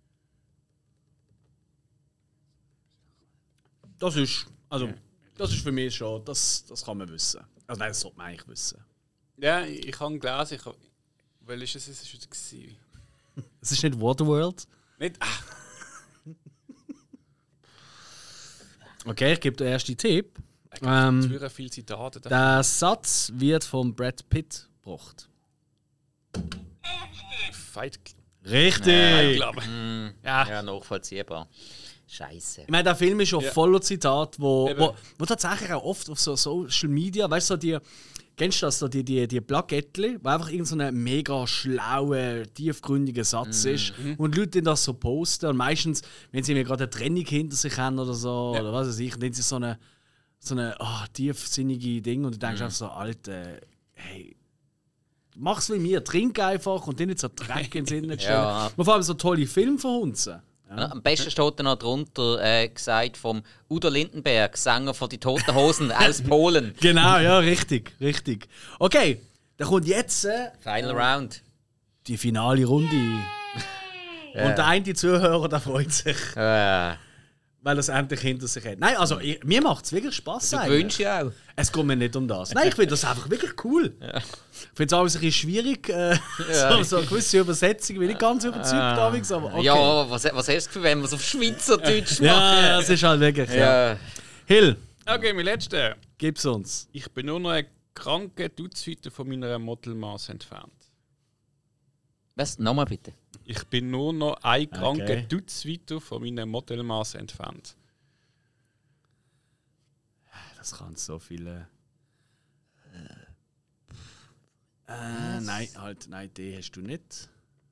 ich. Das ist für mich schon, das kann man wissen. Also nein, das sollte man eigentlich wissen. Ja, ich habe gelesen, weil ist es wieder gewesen? Es ist nicht Waterworld. Nicht? Okay, ich gebe den ersten Tipp. Es gibt viele Zitate. Der Satz wird von Brad Pitt gebracht. Fight Richtig! glaube ich. Ja, nachvollziehbar. Scheiße. Ich meine, der Film ist schon Ja. voller Zitate, wo Eben. tatsächlich auch oft auf so Social Media, weißt du, kennst du das, so die Plakettchen, wo einfach irgend so ein mega schlauer, tiefgründiger Satz ist und Leute den das so posten und meistens, wenn sie mir gerade eine Trennung hinter sich haben oder so, oder was weiß ich, dann sie so eine tiefsinnige Ding und du denkst einfach so, Alter, hey, mach's wie mir, trink einfach und dann nicht so Dreck in den Sinn stellen. Ja. Und vor allem so tolle Filme verhunzen. Ja, am besten steht da noch drunter gesagt vom Udo Lindenberg, Sänger von Die Toten Hosen aus Polen. Genau, ja, richtig. Okay, dann kommt jetzt Final Round. die finale Runde. Und der eine Zuhörer, der freut sich, weil er es endlich hinter sich hat. Nein, also mir macht es wirklich Spass. Du gewünscht ja auch. Es geht mir nicht um das. Nein, ich finde das einfach wirklich cool. Ich finde es auch ein bisschen schwierig, so eine gewisse Übersetzung, bin ich ganz überzeugt, aber okay. Ja, was hast du das Gefühl, wenn wir es auf Schweizerdeutsch machen? Ja, das ist halt wirklich. Ja. Ja. Hill, Okay, mein letzter. gib's uns. Ich bin nur noch ein kranker Dutzweiter von meiner Modelmaß entfernt. Was? Nochmal bitte. Ich bin nur noch ein kranker Okay. Dutzweiter von meiner Modelmaß entfernt. Das kann so viele. Nein, die hast du nicht.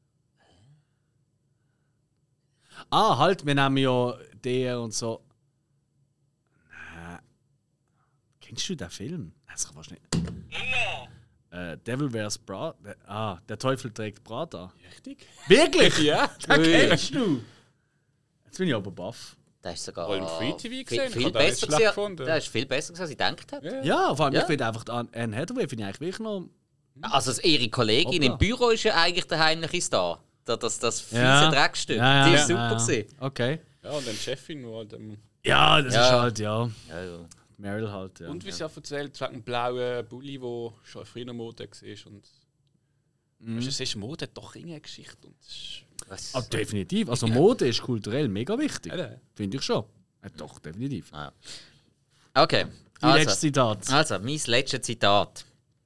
Wir nehmen ja der und so. Nein. Kennst du den Film? Das kann fast nicht. Devil Wears Prada. Der Teufel trägt Prada. Richtig? Wirklich? Ja. Den kennst du? Jetzt bin ich aber baff. Das ist sogar Mal im Free TV gesehen? viel Ich habe den besser nicht schlecht gewesen. gefunden. Das ist viel besser gewesen, als ich gedacht habe. Ja, vor allem, Ja. ich finde einfach Anne Hathaway finde ich eigentlich wirklich noch. Also ihre Kollegin Hoppla. im Büro ist ja eigentlich der heimliche Star. Das fiese Ja. Dreckstück. Ja, Die ja, ist super ja. gewesen. Okay. Ja, und dann die Chefin, die halt, Ja, das ist halt, Ja. Meryl halt, ja. und wie sie auch erzählt, wegen dem blauen Bulli, der schon früher Mode war. Und es ist Mode, hat doch irgendeine Geschichte. Und Ah, definitiv. Also Mode ist kulturell mega wichtig. Ja. Finde ich schon. Ja, doch, definitiv. Ah. Okay. Dein letztes Zitat. Also, mein letztes Zitat.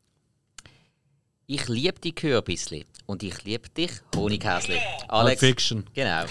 Ich liebe die Kürbisli und ich liebe dich, Honighäsli. Alex. Fiction. Genau.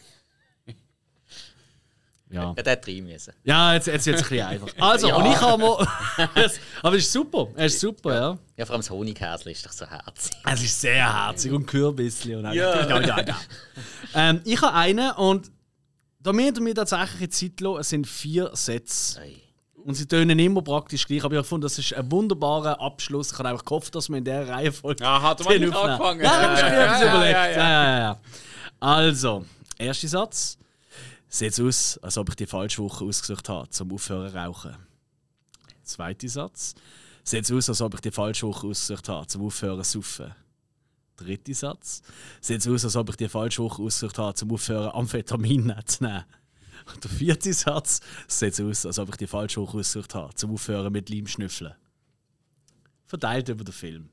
Ja. Ja, der hat rein müssen. Ja, jetzt wird es ein bisschen einfach. Also, und ich habe mal. Aber es ist super. Es ist super, ja. Ja, vor allem das Honighäsli ist doch so herzig. Es ist sehr herzig und Kürbisli und ja. Ich habe einen und da müssen wir tatsächlich in Zeit lassen. Es sind 4 Sätze. Ei. Und sie tönen immer praktisch gleich. Aber ich habe gefunden, das ist ein wunderbarer Abschluss. Ich habe einfach gehofft, dass wir in dieser Reihenfolge. Ja, hat man nicht angefangen. Ja, ich habe mir etwas überlegt. Ja. Ja. Also, erster Satz. Sieht aus, als ob ich die falsche Woche ausgesucht habe, zum Aufhören zu rauchen. Zweiter Satz. Sieht aus, als ob ich die falsche Woche ausgesucht habe, zum Aufhören zu saufen. Dritter Satz. Sieht aus, als ob ich die falsche Woche ausgesucht habe, zum Aufhören Amphetamin zu nehmen. Und der vierte Satz. Sieht aus, als ob ich die falsche Woche ausgesucht habe, zum Aufhören mit Leim schnüffeln. Verteilt über den Film.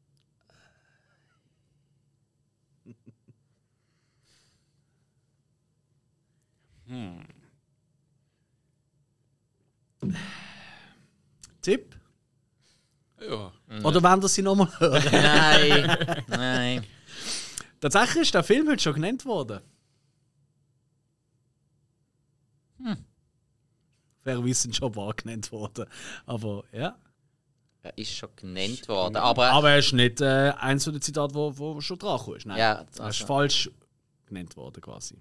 Tipp? Ja. Oder wollen Sie nochmal hören? Nein. Tatsächlich ist der Film heute schon genannt worden. Fairerweise schon war genannt worden. Aber ja. Er ist schon genannt worden. Aber Aber er ist nicht eins von den Zitaten, wo schon dran ist. Nein. Ja, Er ist also- falsch genannt worden quasi.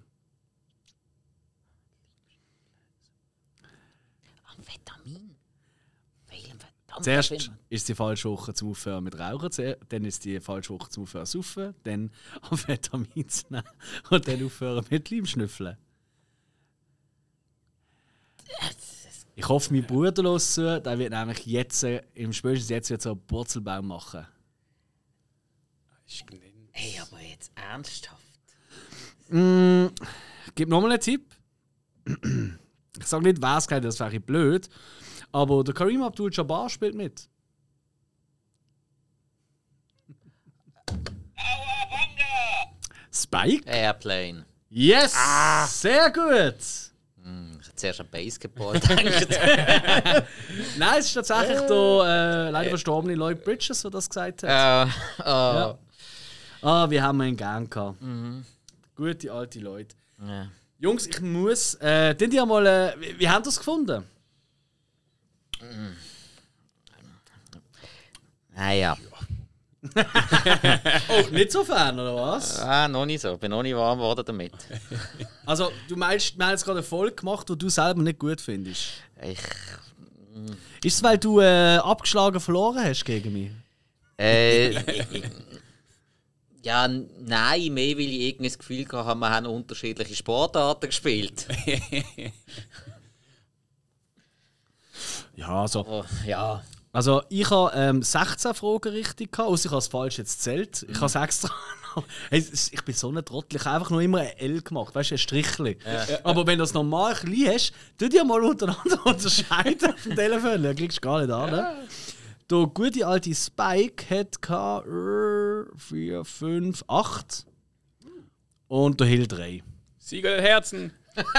Amphetamin? Welchen verdammten Zuerst Film? ist die falsche Woche zum Aufhören mit Rauchen, dann ist die falsche Woche zum Aufhören zu saufen, dann Amphetamin zu nehmen und dann aufhören mit Leimschnüffeln. Ich hoffe, mein Bruder hört zu, der wird nämlich jetzt, spätestens jetzt wird so einen Purzelbaum machen. Ist genannt. Ey, aber jetzt ernsthaft? Ich gebe nochmal einen Tipp. Ich sage nicht, wer es geht, das wäre blöd. Aber der Kareem Abdul-Jabbar spielt mit. Spike? Airplane. Yes! Sehr gut! Ich hätte zuerst an Basketball gedacht. Nein, es ist tatsächlich der leider verstorbene Lloyd Bridges, der das gesagt hat. Ja. Wie haben wir ihn gern gehabt. Gute alte Leute. Ja. Jungs, ich muss. Den ja mal. Wie habt ihr das gefunden? Naja. Oh, nicht so Fan, oder was? Noch nicht so. Bin noch nicht warm geworden damit. Also, du meinst, wir haben jetzt gerade eine Folge gemacht, die du selber nicht gut findest. Ist es, weil du abgeschlagen verloren hast gegen mich? Ja, nein, mehr weil ich irgendwie das Gefühl hatte, wir haben unterschiedliche Sportarten gespielt. Ja, also. Oh, ja. Also, ich habe 16 Fragen richtig gehabt, außer ich habe es falsch jetzt zählt. Ich habe es extra noch. Hey, ich bin so ein Trottel, ich habe einfach nur immer ein L gemacht, weißt du, ein Strichchen. Aber wenn du das normal klein hast, tu dir mal untereinander unterscheiden auf dem Telefon, dann kriegst du gar nicht an. Ne? Der gute alte Spike hat 4, 5, 8 und der Hill 3. Sieger der Herzen.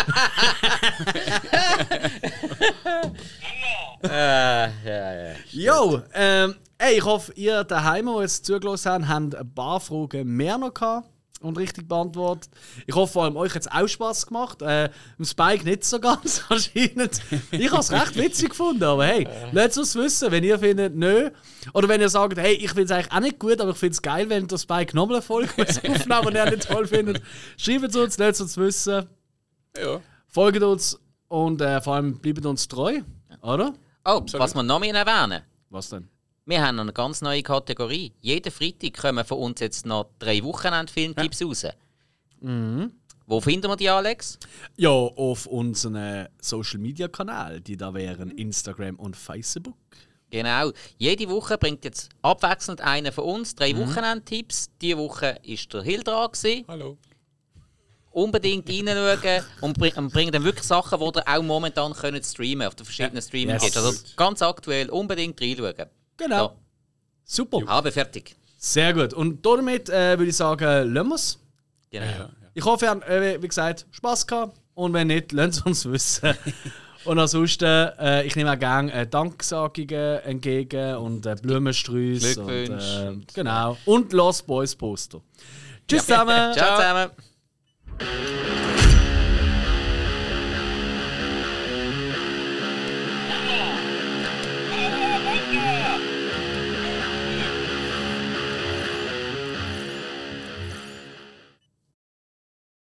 Ja. Jo, ey, ich hoffe, ihr daheim, die jetzt zugelassen habt, ein paar Fragen mehr noch gehabt und richtig beantwortet. Ich hoffe, vor allem euch hat es auch Spass gemacht. Dem Spike nicht so ganz anscheinend. Ich habe es recht witzig gefunden, aber hey, lasst uns wissen, wenn ihr findet, nö. Oder wenn ihr sagt, hey, ich finde es eigentlich auch nicht gut, aber ich finde es geil, wenn der Spike nochmal eine Folge aufnimmt und er nicht toll findet. Schreibt es uns, lasst uns wissen. Ja. Folgt uns und vor allem bleibt uns treu, oder? Oh, was wir noch mehr erwähnen. Was denn? Wir haben noch eine ganz neue Kategorie. Jeden Freitag kommen von uns jetzt noch 3 Wochenend-Filmtipps raus. Wo finden wir die, Alex? Ja, auf unseren Social-Media-Kanälen, die da wären Instagram und Facebook. Genau. Jede Woche bringt jetzt abwechselnd einer von uns 3 Wochenend-Tipps. Diese Woche war der Hill dran. Hallo. unbedingt reinschauen und bringen dann wirklich Sachen, die ihr auch momentan könnt streamen auf den verschiedenen Streaming-Diensten. Also ganz aktuell unbedingt reinschauen. Genau. So. Super. Aber fertig. Sehr gut. Und damit würde ich sagen, lassen wir es. Genau. Ja. Ich hoffe, ihr habt, wie gesagt, Spass gehabt. Und wenn nicht, lasst es uns wissen. Und ansonsten, ich nehme auch gerne Danksagungen entgegen und Blumensträuße. Glückwünsche. Und, genau. Und Lost Boys Poster. Tschüss zusammen. Ciao zusammen.